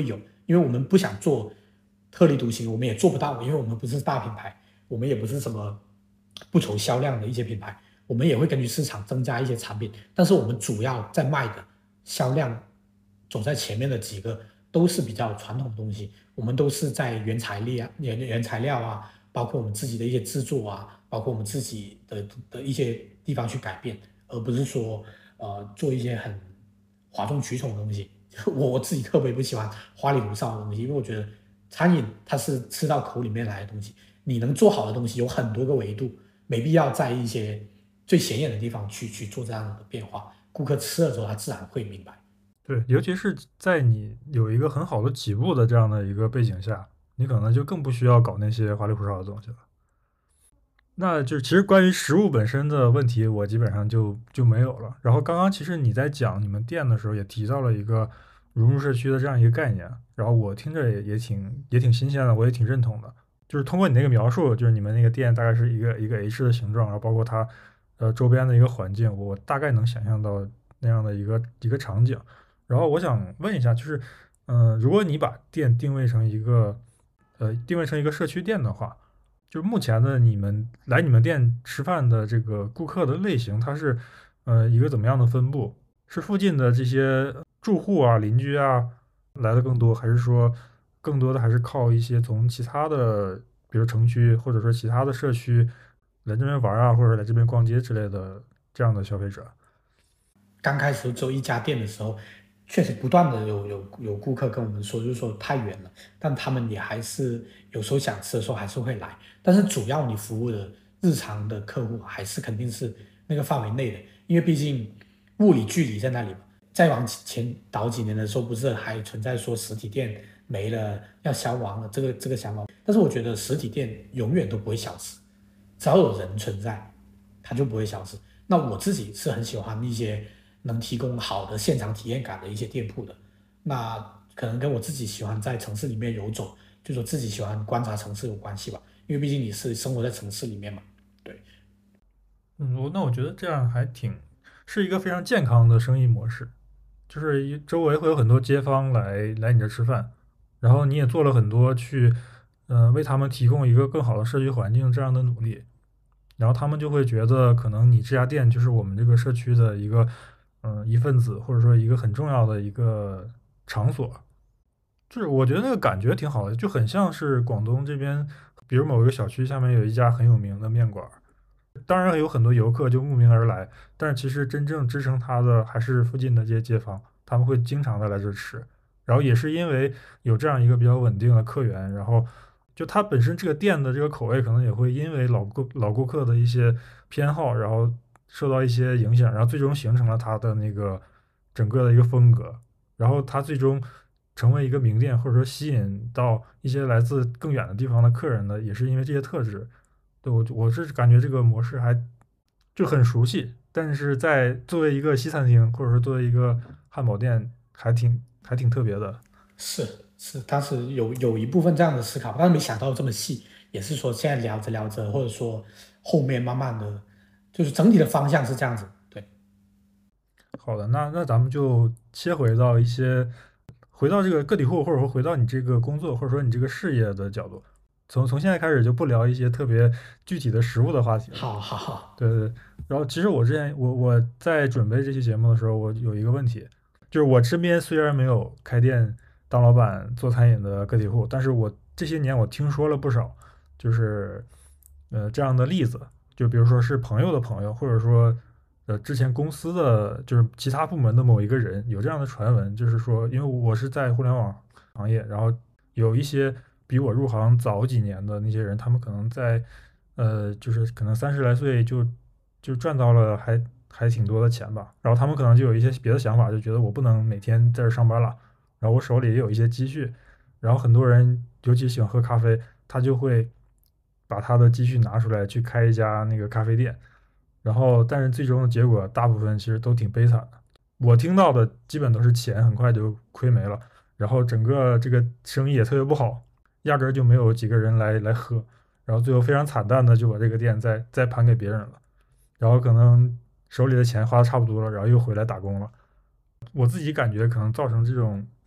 因为我们不想做特立独行，我们也做不到，因为我们不是大品牌，我们也不是什么不愁销量的一些品牌，我们也会根据市场增加一些产品，但是我们主要在卖的销量走在前面的几个都是比较传统的东西，我们都是在原材料啊、原原材料啊，包括我们自己的一些制作啊，包括我们自己的的一些地方去改变，而不是说呃做一些很哗众取宠的东西。我我自己特别不喜欢花里胡哨的东西，因为我觉得餐饮它是吃到口里面来的东西，你能做好的东西有很多个维度，没必要在一些最显眼的地方去去做这样的变化。顾客吃了之后，他自然会明白。 对，尤其是在你有一个很好的起步的这样的一个背景下，你可能就更不需要搞那些花里胡哨的东西了。那就是其实关于食物本身的问题，我基本上就就没有了。然后刚刚其实你在讲你们店的时候，也提到了一个融入社区的这样一个概念，然后我听着也也挺也挺新鲜的，我也挺认同的。就是通过你那个描述，就是你们那个店大概是一个一个 H 的形状，然后包括它呃周边的一个环境，我大概能想象到那样的一个一个场景。然后我想问一下，就是嗯、呃如果你把店定位成一个呃定位成一个社区店的话，就是目前的你们来你们店吃饭的这个顾客的类型，它是呃一个怎么样的分布？是附近的这些住户啊、邻居啊来的更多，还是说更多的还是靠一些从其他的，比如城区或者说其他的社区来这边玩啊，或者来这边逛街之类的这样的消费者？ 刚开始做一家店的时候，确实不断的有有有顾客跟我们说，就是说太远了，但他们也还是有时候想吃的时候还是会来，但是主要你服务的日常的客户还是肯定是那个范围内的，因为毕竟物理距离在那里嘛。再往前倒几年的时候，不是还存在说实体店没了要消亡了这个这个想法，但是我觉得实体店永远都不会消失，只要有人存在，它就不会消失。那我自己是很喜欢一些能提供好的现场体验感的一些店铺的。那可能跟我自己喜欢在城市里面游走，就说自己喜欢观察城市有关系吧。因为毕竟你是生活在城市里面嘛。对。 嗯，我那我觉得这样还挺是一个非常健康的生意模式，就是一周围会有很多街坊来来你这吃饭，然后你也做了很多去呃为他们提供一个更好的社区环境这样的努力，然后他们就会觉得可能你这家店就是我们这个社区的一个嗯、呃一份子，或者说一个很重要的一个场所。就是我觉得那个感觉挺好的，就很像是广东这边，比如某一个小区下面有一家很有名的面馆儿，当然有很多游客就慕名而来，但是其实真正支撑它的还是附近的这些街坊，他们会经常的来这儿吃。然后也是因为有这样一个比较稳定的客源，然后就它本身这个店的这个口味可能也会因为老顾老顾客的一些偏好，然后受到一些影响，然后最终形成了它的那个整个的一个风格。然后它最终成为一个名店，或者说吸引到一些来自更远的地方的客人呢，也是因为这些特质。对，我我是感觉这个模式还就很熟悉，但是在作为一个西餐厅或者说作为一个汉堡店，还挺还挺特别的。 是是，当时有有一部分这样的思考，但是没想到这么细。也是说现在聊着聊着，或者说后面慢慢的，就是整体的方向是这样子。对。 好的，那那咱们就切回到一些，回到这个个体户，或者说回到你这个工作，或者说你这个事业的角度，从从现在开始就不聊一些特别具体的实物的话题了。 好好好。 对对对。然后其实我之前我我在准备这期节目的时候，我有一个问题，就是我身边虽然没有开店当老板做餐饮的个体户，但是我这些年我听说了不少，就是呃这样的例子，就比如说是朋友的朋友，或者说呃之前公司的就是其他部门的某一个人有这样的传闻，就是说因为我是在互联网行业，然后有一些比我入行早几年的那些人，他们可能在呃就是可能三十来岁就就赚到了还还挺多的钱吧，然后他们可能就有一些别的想法，就觉得我不能每天在这上班了，然后我手里也有一些积蓄，然后很多人尤其喜欢喝咖啡，他就会把他的积蓄拿出来去开一家那个咖啡店，然后但是最终的结果大部分其实都挺悲惨的。我听到的基本都是钱很快就亏没了，然后整个这个生意也特别不好，压根儿就没有几个人来来喝，然后最后非常惨淡的就把这个店再再盘给别人了，然后可能手里的钱花的差不多了，然后又回来打工了。我自己感觉可能造成这种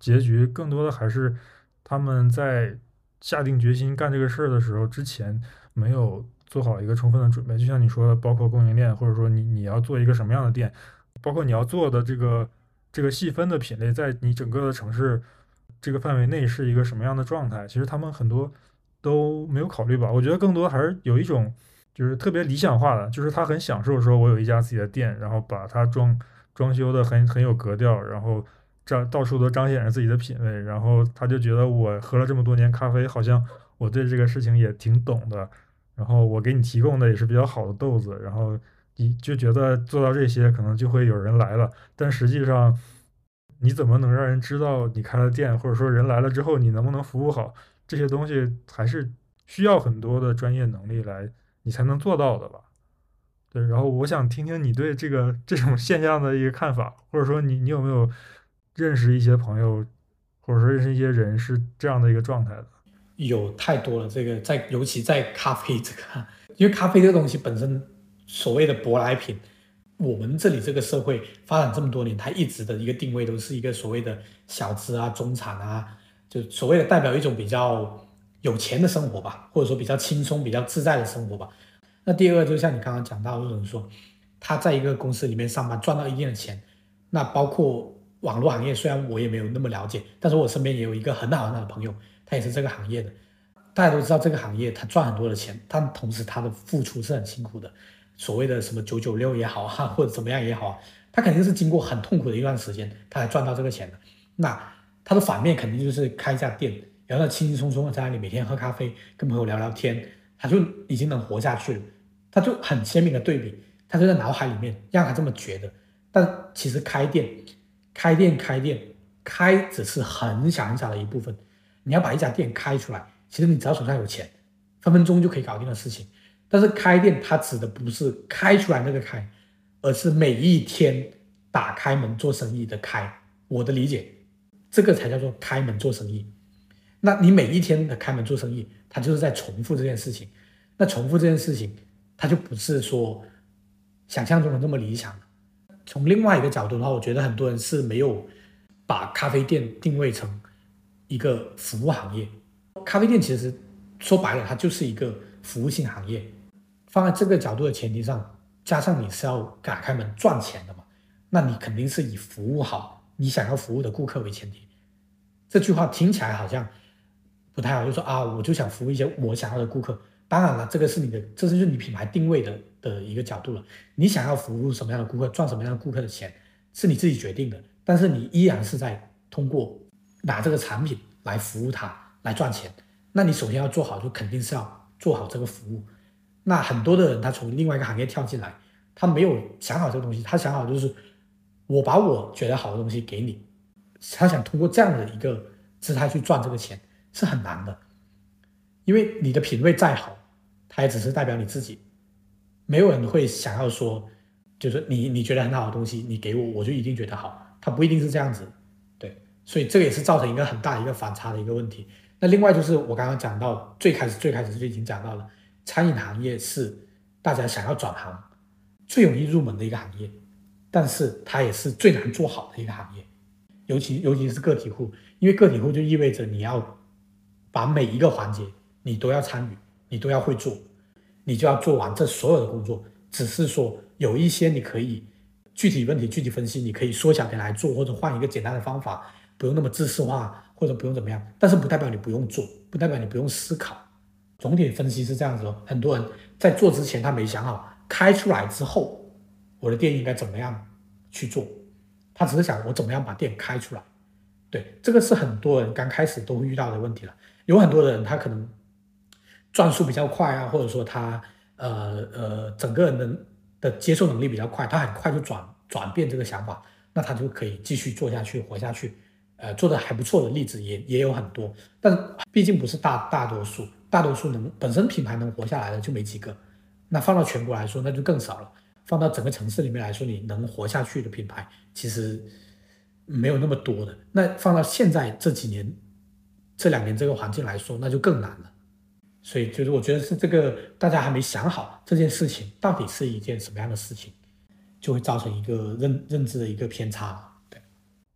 结局，更多的还是他们在下定决心干这个事儿的时候，之前没有做好一个充分的准备。就像你说的，包括供应链，或者说你你要做一个什么样的店，包括你要做的这个这个细分的品类，在你整个的城市这个范围内是一个什么样的状态，其实他们很多都没有考虑吧。我觉得更多还是有一种就是特别理想化的，就是他很享受说我有一家自己的店，然后把它装装修的很很有格调，然后这到处都彰显着自己的品味，然后他就觉得我喝了这么多年咖啡，好像我对这个事情也挺懂的，然后我给你提供的也是比较好的豆子，然后你就觉得做到这些可能就会有人来了，但实际上你怎么能让人知道你开了店，或者说人来了之后你能不能服务好，这些东西还是需要很多的专业能力来你才能做到的吧？对，然后我想听听你对这个这种现象的一个看法，或者说你你有没有认识一些朋友，或者说认识一些人是这样的一个状态的？ 有太多了，这个在尤其在咖啡这个，因为咖啡这个东西本身所谓的舶来品，我们这里这个社会发展这么多年，它一直的一个定位都是一个所谓的小资啊、中产啊，就所谓的代表一种比较有钱的生活吧，或者说比较轻松、比较自在的生活吧。那第二个就像你刚刚讲到，就是说他在一个公司里面上班赚到一定的钱，那包括网络行业，虽然我也没有那么了解，但是我身边也有一个很好很好的朋友，他也是这个行业的。大家都知道这个行业他赚很多的钱，但同时他的付出是很辛苦的。所谓的什么九九六也好啊，或者怎么样也好啊，他肯定是经过很痛苦的一段时间，他才赚到这个钱的。那他的反面肯定就是开一家店，然后他轻轻松松的在那里每天喝咖啡，跟朋友聊聊天，他就已经能活下去了。他就很鲜明的对比，他就在脑海里面让他这么觉得。但其实开店，开店，开店，开只是很小很小的一部分。你要把一家店开出来，其实你只要手上有钱，分分钟就可以搞定的事情。但是开店它指的不是开出来那个开，而是每一天打开门做生意的开。我的理解，这个才叫做开门做生意。那你每一天的开门做生意，它就是在重复这件事情。那重复这件事情，它就不是说想象中的那么理想了。从另外一个角度的话，我觉得很多人是没有把咖啡店定位成一个服务行业。咖啡店其实说白了，它就是一个服务性行业。放在这个角度的前提上，加上你是要打开门赚钱的嘛，那你肯定是以服务好你想要服务的顾客为前提。这句话听起来好像不太好，就说啊，我就想服务一些我想要的顾客。当然了，这个是你的，这是你品牌定位的的一个角度了。你想要服务什么样的顾客，赚什么样的顾客的钱，是你自己决定的。但是你依然是在通过拿这个产品来服务它，来赚钱。那你首先要做好，就肯定是要做好这个服务。那很多的人他从另外一个行业跳进来，他没有想好这个东西，他想好就是我把我觉得好的东西给你，他想通过这样的一个姿态去赚这个钱是很难的，因为你的品味再好，它也只是代表你自己，没有人会想要说，就是你你觉得很好的东西，你给我，我就一定觉得好，它不一定是这样子，对，所以这个也是造成一个很大的一个反差的一个问题。那另外就是我刚刚讲到最开始最开始就已经讲到了，餐饮行业是大家想要转行最容易入门的一个行业，但是它也是最难做好的一个行业，尤其尤其是个体户，因为个体户就意味着你要把每一个环节你都要参与，你都要会做，你就要做完这所有的工作。只是说有一些你可以具体问题具体分析，你可以缩小点来做，或者换一个简单的方法，不用那么知识化，或者不用怎么样。但是不代表你不用做，不代表你不用思考。总体分析是这样子哦，很多人在做之前他没想好，开出来之后我的店应该怎么样去做，他只是想我怎么样把店开出来。对，这个是很多人刚开始都会遇到的问题了。有很多人他可能转速比较快啊，或者说他呃呃整个人的的接受能力比较快，他很快就转转变这个想法，那他就可以继续做下去活下去。呃，做的还不错的例子也也有很多，但毕竟不是大大多数，大多数能本身品牌能活下来的就没几个。那放到全国来说，那就更少了。放到整个城市里面来说，你能活下去的品牌其实没有那么多的。那放到现在这几年、这两年这个环境来说，那就更难了。所以就是我觉得是这个大家还没想好这件事情到底是一件什么样的事情，就会造成一个认认知的一个偏差。对，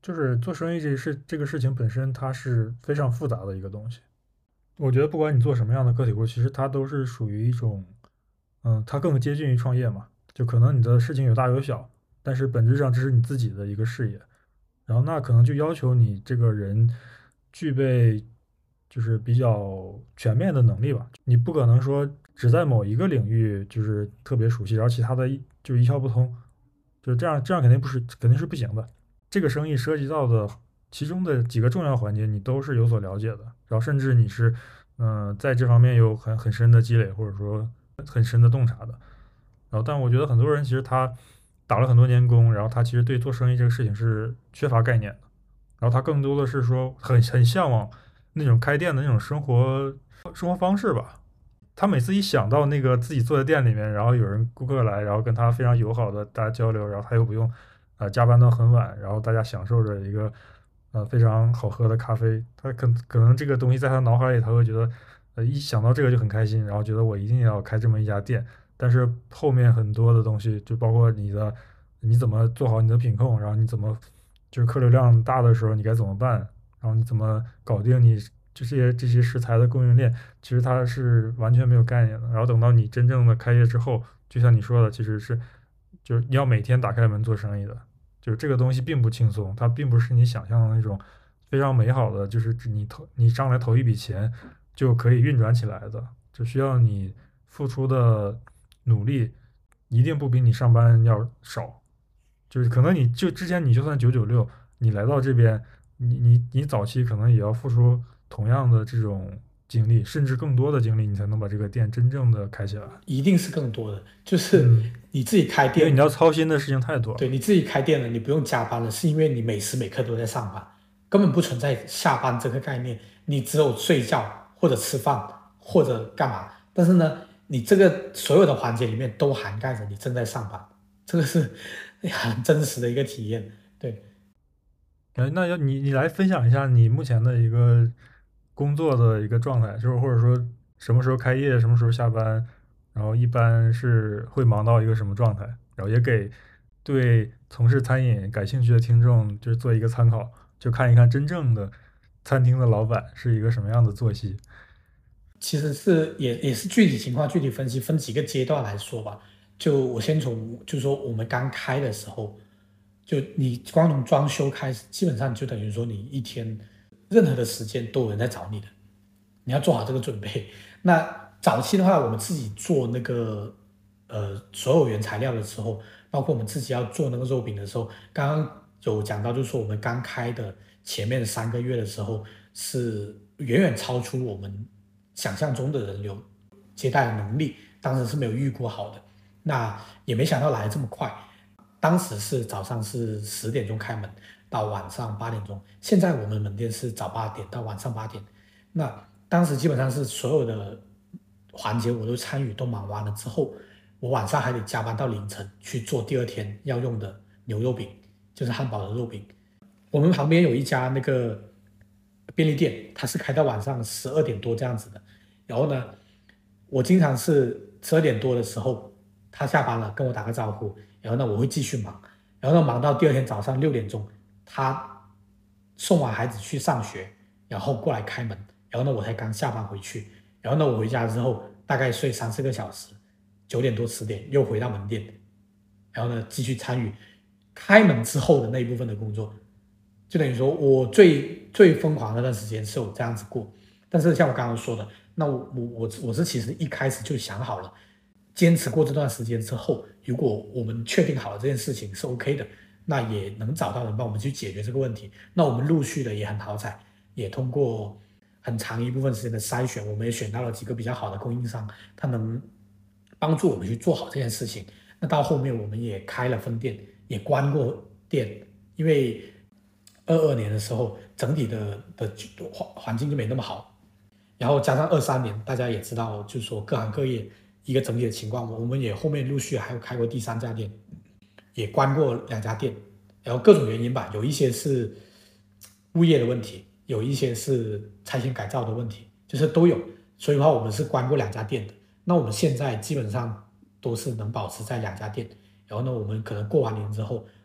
就是做生意这事这个事情本身，它是非常复杂的一个东西。我觉得不管你做什么样的个体户，其实它都是属于一种，嗯，它更接近于创业嘛。就可能你的事情有大有小，但是本质上这是你自己的一个事业。然后那可能就要求你这个人具备就是比较全面的能力吧。你不可能说只在某一个领域就是特别熟悉，然后其他的一就一窍不通，就这样这样肯定不是肯定是不行的。这个生意涉及到的其中的几个重要环节，你都是有所了解的，然后甚至你是嗯、呃在这方面有很很深的积累，或者说很深的洞察的。然后，但我觉得很多人其实他打了很多年工，然后他其实对做生意这个事情是缺乏概念的，然后他更多的是说很很向往那种开店的那种生活生活方式吧。他每次一想到那个自己坐在店里面，然后有人顾客来，然后跟他非常友好的大家交流，然后他又不用呃加班到很晚，然后大家享受着一个呃非常好喝的咖啡，他可可能这个东西在他脑海里他会觉得呃一想到这个就很开心，然后觉得我一定要开这么一家店。但是后面很多的东西，就包括你的你怎么做好你的品控，然后你怎么就是客流量大的时候你该怎么办，然后你怎么搞定你这些这些食材的供应链，其实它是完全没有概念的。然后等到你真正的开业之后，就像你说的，其实是就是你要每天打开门做生意的，就是这个东西并不轻松，它并不是你想象的那种非常美好的，就是指你投你上来投一笔钱就可以运转起来的，只需要你付出的努力一定不比你上班要少。就是可能你就之前你就算九九六，你来到这边，你你你早期可能也要付出同样的这种精力，甚至更多的精力，你才能把这个店真正的开起来。 一定是更多的，就是嗯， 你自己开店， 因为你要操心的事情太多了。 对你自己开店了，你不用加班了，是因为你每时每刻都在上班，根本不存在下班这个概念，你只有睡觉或者吃饭或者干嘛，但是呢，你这个所有的环节里面都涵盖着你正在上班，这个是很真实的一个体验。对， 哎，那要你你来分享一下你目前的一个工作的一个状态，就是或者说什么时候开业，什么时候下班，然后一般是会忙到一个什么状态，然后也给对从事餐饮感兴趣的听众就是做一个参考，就看一看真正的餐厅的老板是一个什么样的作息。 其实是也也是具体情况具体分析，分几个阶段来说吧。就我先从就是说我们刚开的时候，就你光从装修开始，基本上就等于说你一天任何的时间都有人在找你的，你要做好这个准备。那早期的话，我们自己做那个呃所有原材料的时候，包括我们自己要做那个肉饼的时候，刚刚有讲到，就是说我们刚开的前面三个月的时候，是远远超出我们想象中的人流接待的能力，当时是没有预估好的，那也没想到来得这么快。当时是早上是十点钟开门，到晚上八点钟。现在我们门店是早八点到晚上八点。那当时基本上是所有的环节我都参与，都忙完了之后，我晚上还得加班到凌晨去做第二天要用的牛肉饼，就是汉堡的肉饼。我们旁边有一家那个便利店，它是开到晚上十二点多这样子的。然后呢，我经常是十二点多的时候，他下班了跟我打个招呼，然后呢我会继续忙，然后呢忙到第二天早上六点钟，他送完孩子去上学，然后过来开门，然后呢我才刚下班回去，然后呢我回家之后大概睡三四个小时，九点多十点又回到门店，然后呢继续参与开门之后的那一部分的工作，就等于说我最最疯狂的那段时间是我这样子过。但是像我刚刚说的，那我我我我是其实一开始就想好了，坚持过这段时间之后，如果我们确定好了这件事情是 OK 的，那也能找到人帮我们去解决这个问题。那我们陆续的也很好彩，也通过很长一部分时间的筛选，我们也选到了几个比较好的供应商，他能帮助我们去做好这件事情。那到后面我们也开了分店，也关过店，因为二二年的时候整体的的环环境就没那么好，然后加上二三年大家也知道，就是说各行各业一个整体的情况，我们也后面陆续还有开过第三家店，也关过两家店，然后各种原因吧，有一些是物业的问题，有一些是拆迁改造的问题，就是都有。所以的话，我们是关过两家店的。那我们现在基本上都是能保持在两家店。然后呢，我们可能过完年之后，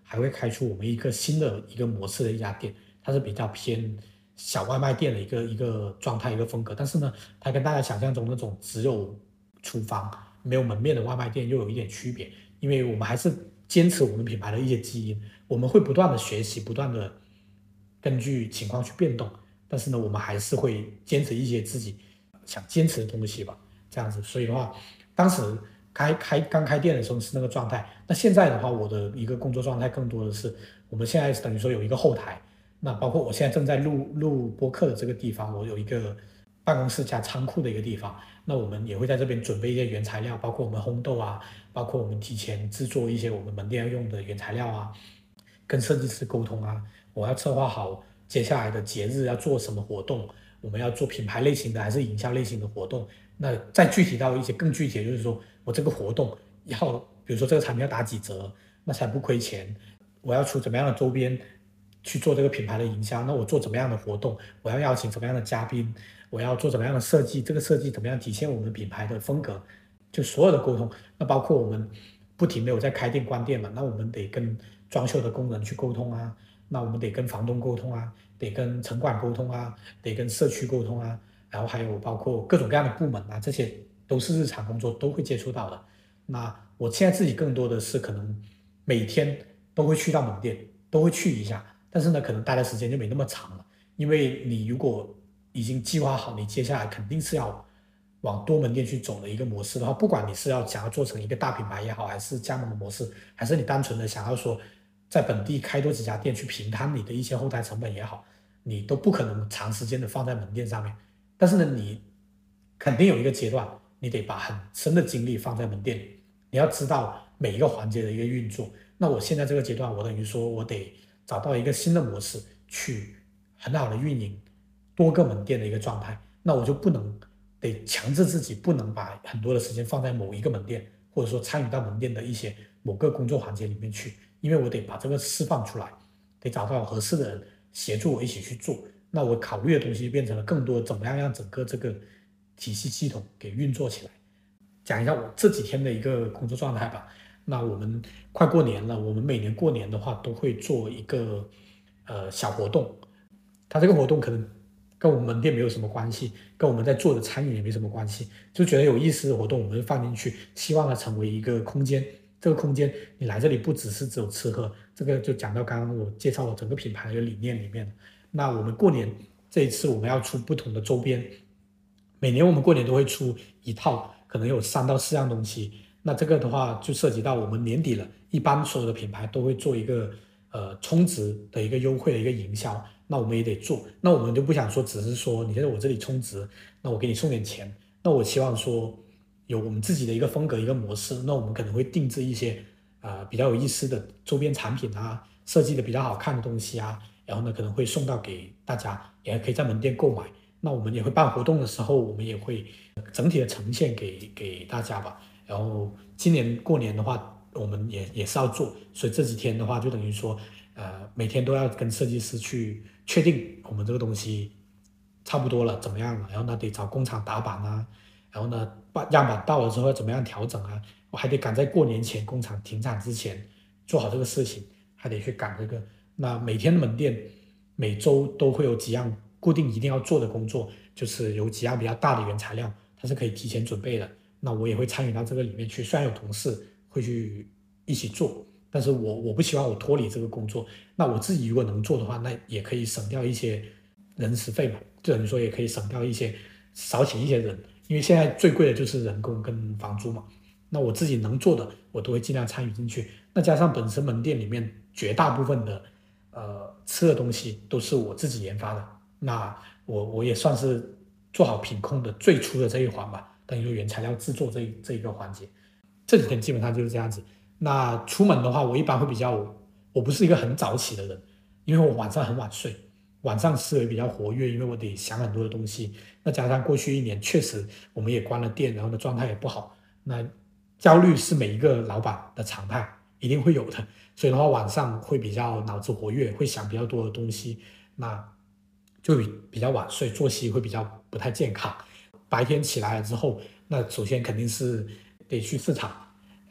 还会开出我们一个新的一个模式的一家店，它是比较偏小外卖店的一个一个状态一个风格，但是呢，它跟大家想象中那种只有厨房没有门面的外卖店又有一点区别，因为我们还是坚持我们品牌的一些基因，我们会不断的学习，不断的根据情况去变动，但是呢，我们还是会坚持一些自己想坚持的东西吧，这样子。所以的话，当时开开刚开店的时候是那个状态，那现在的话，我的一个工作状态更多的是，我们现在等于说有一个后台，那包括我现在正在录录播客的这个地方，我有一个办公室加仓库的一个地方，那我们也会在这边准备一些原材料，包括我们烘豆啊，包括我们提前制作一些我们门店要用的原材料啊，跟设计师沟通啊，我要策划好接下来的节日要做什么活动，我们要做品牌类型的还是营销类型的活动，那再具体到一些更具体的，就是说我这个活动要，比如说这个产品要打几折，那才不亏钱，我要出怎么样的周边去做这个品牌的营销，那我做怎么样的活动，我要邀请怎么样的嘉宾，我要做怎么样的设计，这个设计怎么样体现我们品牌的风格，就所有的沟通，那包括我们不停的有在开店关店嘛，那我们得跟装修的工人去沟通啊，那我们得跟房东沟通啊，得跟城管沟通啊，得跟社区沟通啊，然后还有包括各种各样的部门啊，这些都是日常工作都会接触到的。那我现在自己更多的是可能每天都会去到门店，都会去一下，但是呢，可能待的时间就没那么长了，因为你如果已经计划好你接下来肯定是要往多门店去走的一个模式的话，不管你是要想要做成一个大品牌也好，还是加盟的模式，还是你单纯的想要说在本地开多几家店去平摊你的一些后台成本也好，你都不可能长时间的放在门店上面。但是呢，你肯定有一个阶段，你得把很深的精力放在门店里，你要知道每一个环节的一个运作。那我现在这个阶段，我等于说我得找到一个新的模式，去很好的运营多个门店的一个状态。那我就不能得强制自己不能把很多的时间放在某一个门店，或者说参与到门店的一些某个工作环节里面去，因为我得把这个释放出来，得找到合适的人协助我一起去做。那我考虑的东西变成了更多怎么样让整个这个体系系统给运作起来。讲一下我这几天的一个工作状态吧。那我们快过年了，我们每年过年的话都会做一个呃小活动，它这个活动可能跟我们门店没有什么关系，跟我们在做的餐饮也没什么关系，就觉得有意思的活动我们就放进去，希望它成为一个空间。这个空间你来这里不只是只有吃喝，这个就讲到刚刚我介绍的整个品牌的理念里面。那我们过年这一次我们要出不同的周边，每年我们过年都会出一套，可能有三到四样东西。那这个的话就涉及到我们年底了，一般所有的品牌都会做一个呃充值的一个优惠的一个营销，那我们也得做。那我们就不想说只是说你在我这里充值，那我给你送点钱。那我希望说有我们自己的一个风格一个模式，那我们可能会定制一些呃比较有意思的周边产品啊，设计的比较好看的东西啊，然后呢可能会送到给大家，也可以在门店购买。那我们也会办活动的时候，我们也会整体的呈现给给大家吧。然后今年过年的话，我们也也是要做，所以这几天的话，就等于说，呃，每天都要跟设计师去确定我们这个东西差不多了，怎么样了，然后呢得找工厂打板啊，然后呢样板到了之后要怎么样调整啊，我还得赶在过年前工厂停产之前做好这个事情，还得去赶这个。那每天的门店每周都会有几样固定一定要做的工作，就是有几样比较大的原材料，它是可以提前准备的。那我也会参与到这个里面去，虽然有同事会去一起做，但是我我不希望我脱离这个工作。那我自己如果能做的话，那也可以省掉一些人事费嘛，就等于说也可以省掉一些，少请一些人，因为现在最贵的就是人工跟房租嘛。那我自己能做的，我都会尽量参与进去。那加上本身门店里面绝大部分的呃吃的东西都是我自己研发的，那我我也算是做好品控的最初的这一环吧。等于说原材料制作这一这一个环节，这几天基本上就是这样子。那出门的话，我一般会比较，我不是一个很早起的人，因为我晚上很晚睡，晚上思维比较活跃，因为我得想很多的东西。那加上过去一年确实我们也关了店，然后呢状态也不好，那焦虑是每一个老板的常态，一定会有的。所以的话，晚上会比较脑子活跃，会想比较多的东西，那就比比较晚睡，作息会比较不太健康。白天起来了之后，那首先肯定是得去市场，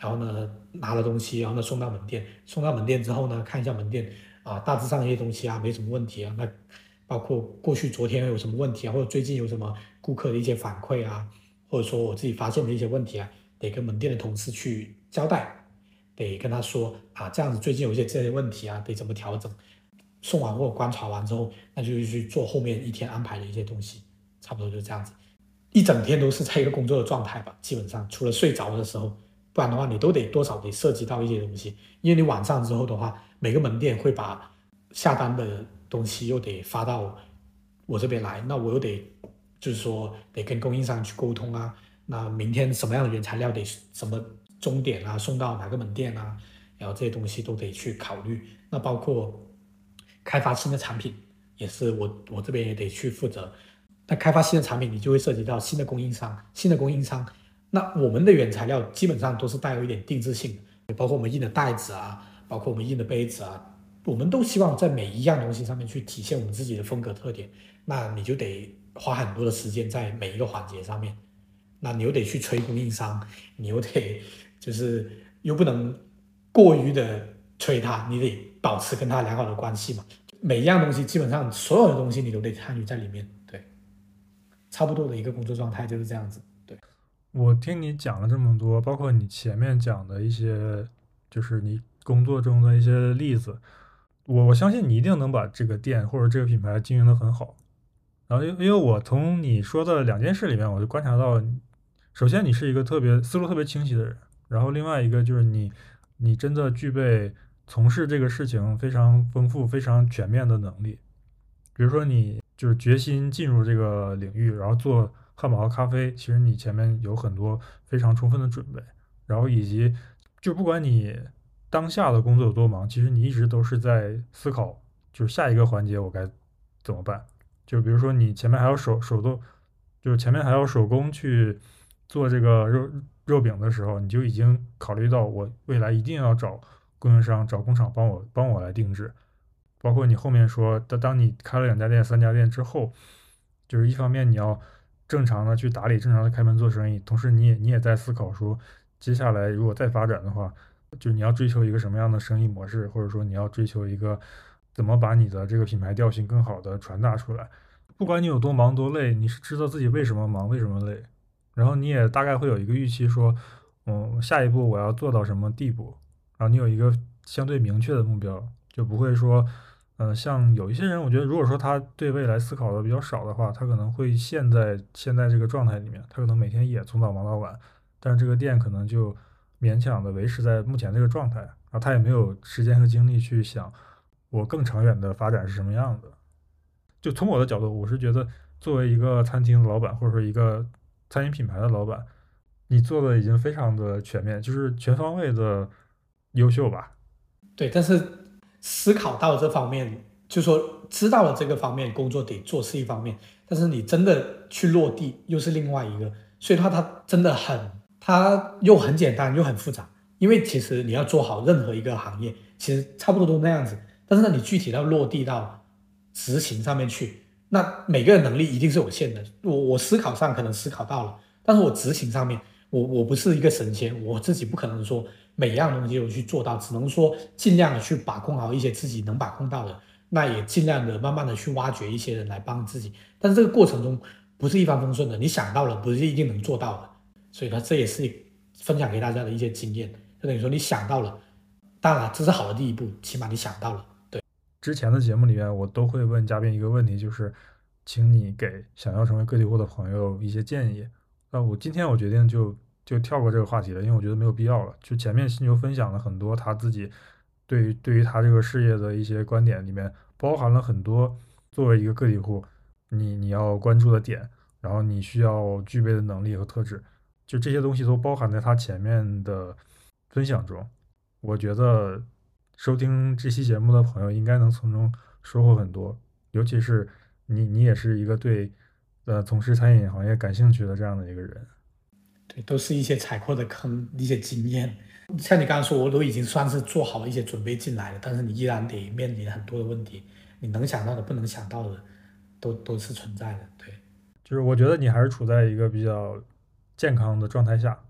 然后呢拿了东西，然后呢送到门店，送到门店之后呢看一下门店啊，大致上一些东西啊没什么问题啊，那包括过去昨天有什么问题啊，或者最近有什么顾客的一些反馈啊，或者说我自己发现的一些问题啊，得跟门店的同事去交代。得跟他说啊，这样子最近有一些这些问题啊，得怎么调整。送完或者观察完之后，那就去做后面一天安排的一些东西，差不多就是这样子。一整天都是在一个工作的状态吧，基本上除了睡着的时候，不然的话你都得多少得涉及到一些东西，因为你晚上之后的话，每个门店会把下单的东西又得发到我这边来，那我又得就是说得跟供应商去沟通啊，那明天什么样的原材料得什么终点啊，送到哪个门店啊，然后这些东西都得去考虑。那包括开发新的产品，也是我我这边也得去负责。那开发新的产品，你就会涉及到新的供应商，新的供应商。那我们的原材料基本上都是带有一点定制性的，包括我们印的袋子啊，包括我们印的杯子啊，我们都希望在每一样东西上面去体现我们自己的风格特点。那你就得花很多的时间在每一个环节上面。那你又得去催供应商，你又得就是又不能过于的催他，你得保持跟他良好的关系嘛。每一样东西基本上所有的东西你都得参与在里面，对，差不多的一个工作状态就是这样子。对， 我听你讲了这么多，包括你前面讲的一些，就是你工作中的一些例子，我我相信你一定能把这个店或者这个品牌经营的很好。然后因因为我从你说的两件事里面，我就观察到，首先你是一个特别思路特别清晰的人，然后另外一个就是你你真的具备从事这个事情非常丰富、非常全面的能力。比如说你就是决心进入这个领域，然后做汉堡和咖啡，其实你前面有很多非常充分的准备，然后以及就不管你当下的工作有多忙，其实你一直都是在思考，就是下一个环节我该怎么办。就比如说你前面还要手手动，就是前面还要手工去做这个肉肉饼的时候，你就已经考虑到我未来一定要找供应商、找工厂帮我帮我来定制。包括你后面说，当当你开了两家店、三家店之后，就是一方面你要正常的去打理、正常的开门做生意，同时你也你也在思考说，接下来如果再发展的话，就是你要追求一个什么样的生意模式，或者说你要追求一个怎么把你的这个品牌调性更好的传达出来。不管你有多忙多累，你是知道自己为什么忙，为什么累，然后你也大概会有一个预期说，嗯，下一步我要做到什么地步，然后你有一个相对明确的目标，就不会说。呃，像有一些人，我觉得如果说他对未来思考的比较少的话，他可能会陷在现在这个状态里面，他可能每天也从早忙到晚，但是这个店可能就勉强的维持在目前这个状态，然后他也没有时间和精力去想我更长远的发展是什么样的。就从我的角度，我是觉得作为一个餐厅的老板，或者说一个餐饮品牌的老板，你做的已经非常的全面，就是全方位的优秀吧。 对，但是思考到这方面，就说知道了这个方面工作得做是一方面，但是你真的去落地又是另外一个，所以的话它真的很，它又很简单又很复杂。因为其实你要做好任何一个行业，其实差不多都那样子，但是呢，你具体到落地到执行上面去，那每个人能力一定是有限的。我我思考上可能思考到了，但是我执行上面，我我不是一个神仙，我自己不可能说每一样东西都去做到，只能说尽量的去把控好一些自己能把控到的，那也尽量的慢慢的去挖掘一些人来帮自己。但是这个过程中不是一帆风顺的，你想到了不是一定能做到的，所以呢，这也是分享给大家的一些经验。就等于说你想到了，当然这是好的第一步，起码你想到了。 之前的节目里面，我都会问嘉宾一个问题，就是请你给想要成为个体户的朋友一些建议。那我今天我决定就就跳过这个话题了，因为我觉得没有必要了。就前面犀牛分享了很多他自己对于对于他这个事业的一些观点，里面包含了很多作为一个个体户，你你要关注的点，然后你需要具备的能力和特质，就这些东西都包含在他前面的分享中。我觉得收听这期节目的朋友应该能从中收获很多，尤其是你，你也是一个对呃从事餐饮行业感兴趣的这样的一个人。 对，都是一些踩过的坑，一些经验。像你刚刚说，我都已经算是做好了一些准备进来了，但是你依然得面临很多的问题，你能想到的、不能想到的，都都是存在的。对， 就是我觉得你还是处在一个比较健康的状态下，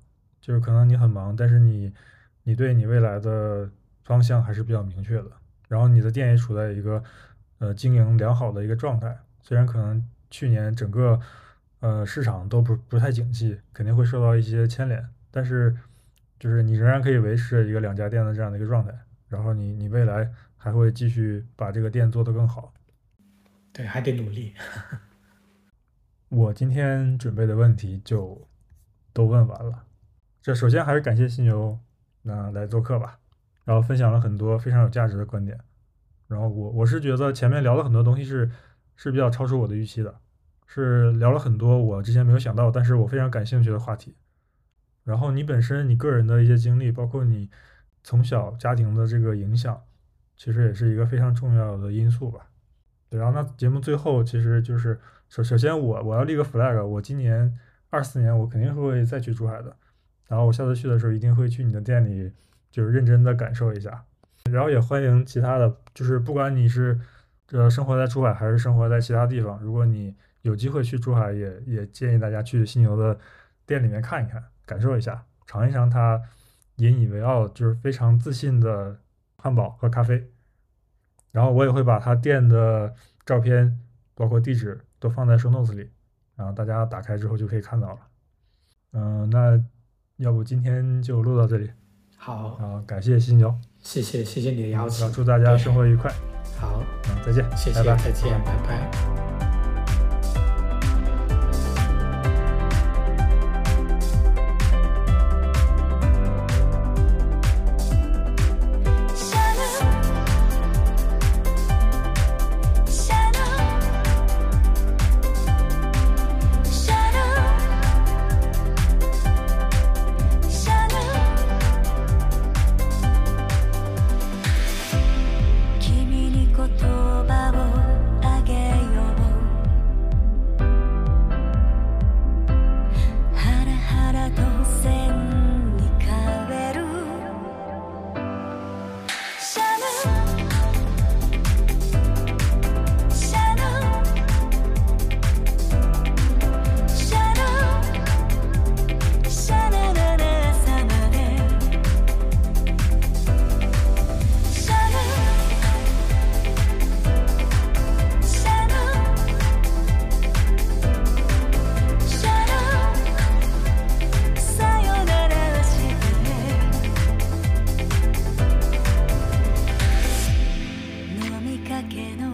就是可能你很忙，但是你你对你未来的方向还是比较明确的，然后你的店也处在一个呃经营良好的一个状态，虽然可能去年整个呃市场都不不太景气，肯定会受到一些牵连，但是就是你仍然可以维持一个两家店的这样的一个状态，然后你你未来还会继续把这个店做得更好。 对，还得努力。 我今天准备的问题就都问完了。这首先还是感谢犀牛那来做客吧，然后分享了很多非常有价值的观点。然后我我是觉得前面聊了很多东西是是比较超出我的预期的，是聊了很多我之前没有想到，但是我非常感兴趣的话题。然后你本身你个人的一些经历，包括你从小家庭的这个影响，其实也是一个非常重要的因素吧。对，然后那节目最后其实就是首首先我我要立个 flag，我今年二四年我肯定会再去珠海的，然后我下次去的时候一定会去你的店里，就是认真的感受一下。然后也欢迎其他的，就是不管你是呃生活在珠海还是生活在其他地方，如果你有机会去珠海也，也建议大家去犀牛的店里面看一看，感受一下，尝一尝他引以为傲就是非常自信的汉堡和咖啡。然后我也会把他店的照片，包括地址都放在 show notes 里，然后大家打开之后就可以看到了。嗯、呃那要不今天就录到这里， 好， 啊，感谢犀牛， 谢谢谢谢你的邀请， 然后祝大家生活愉快。 好， 嗯，再见， 谢谢， 拜拜， 再见，拜拜。けの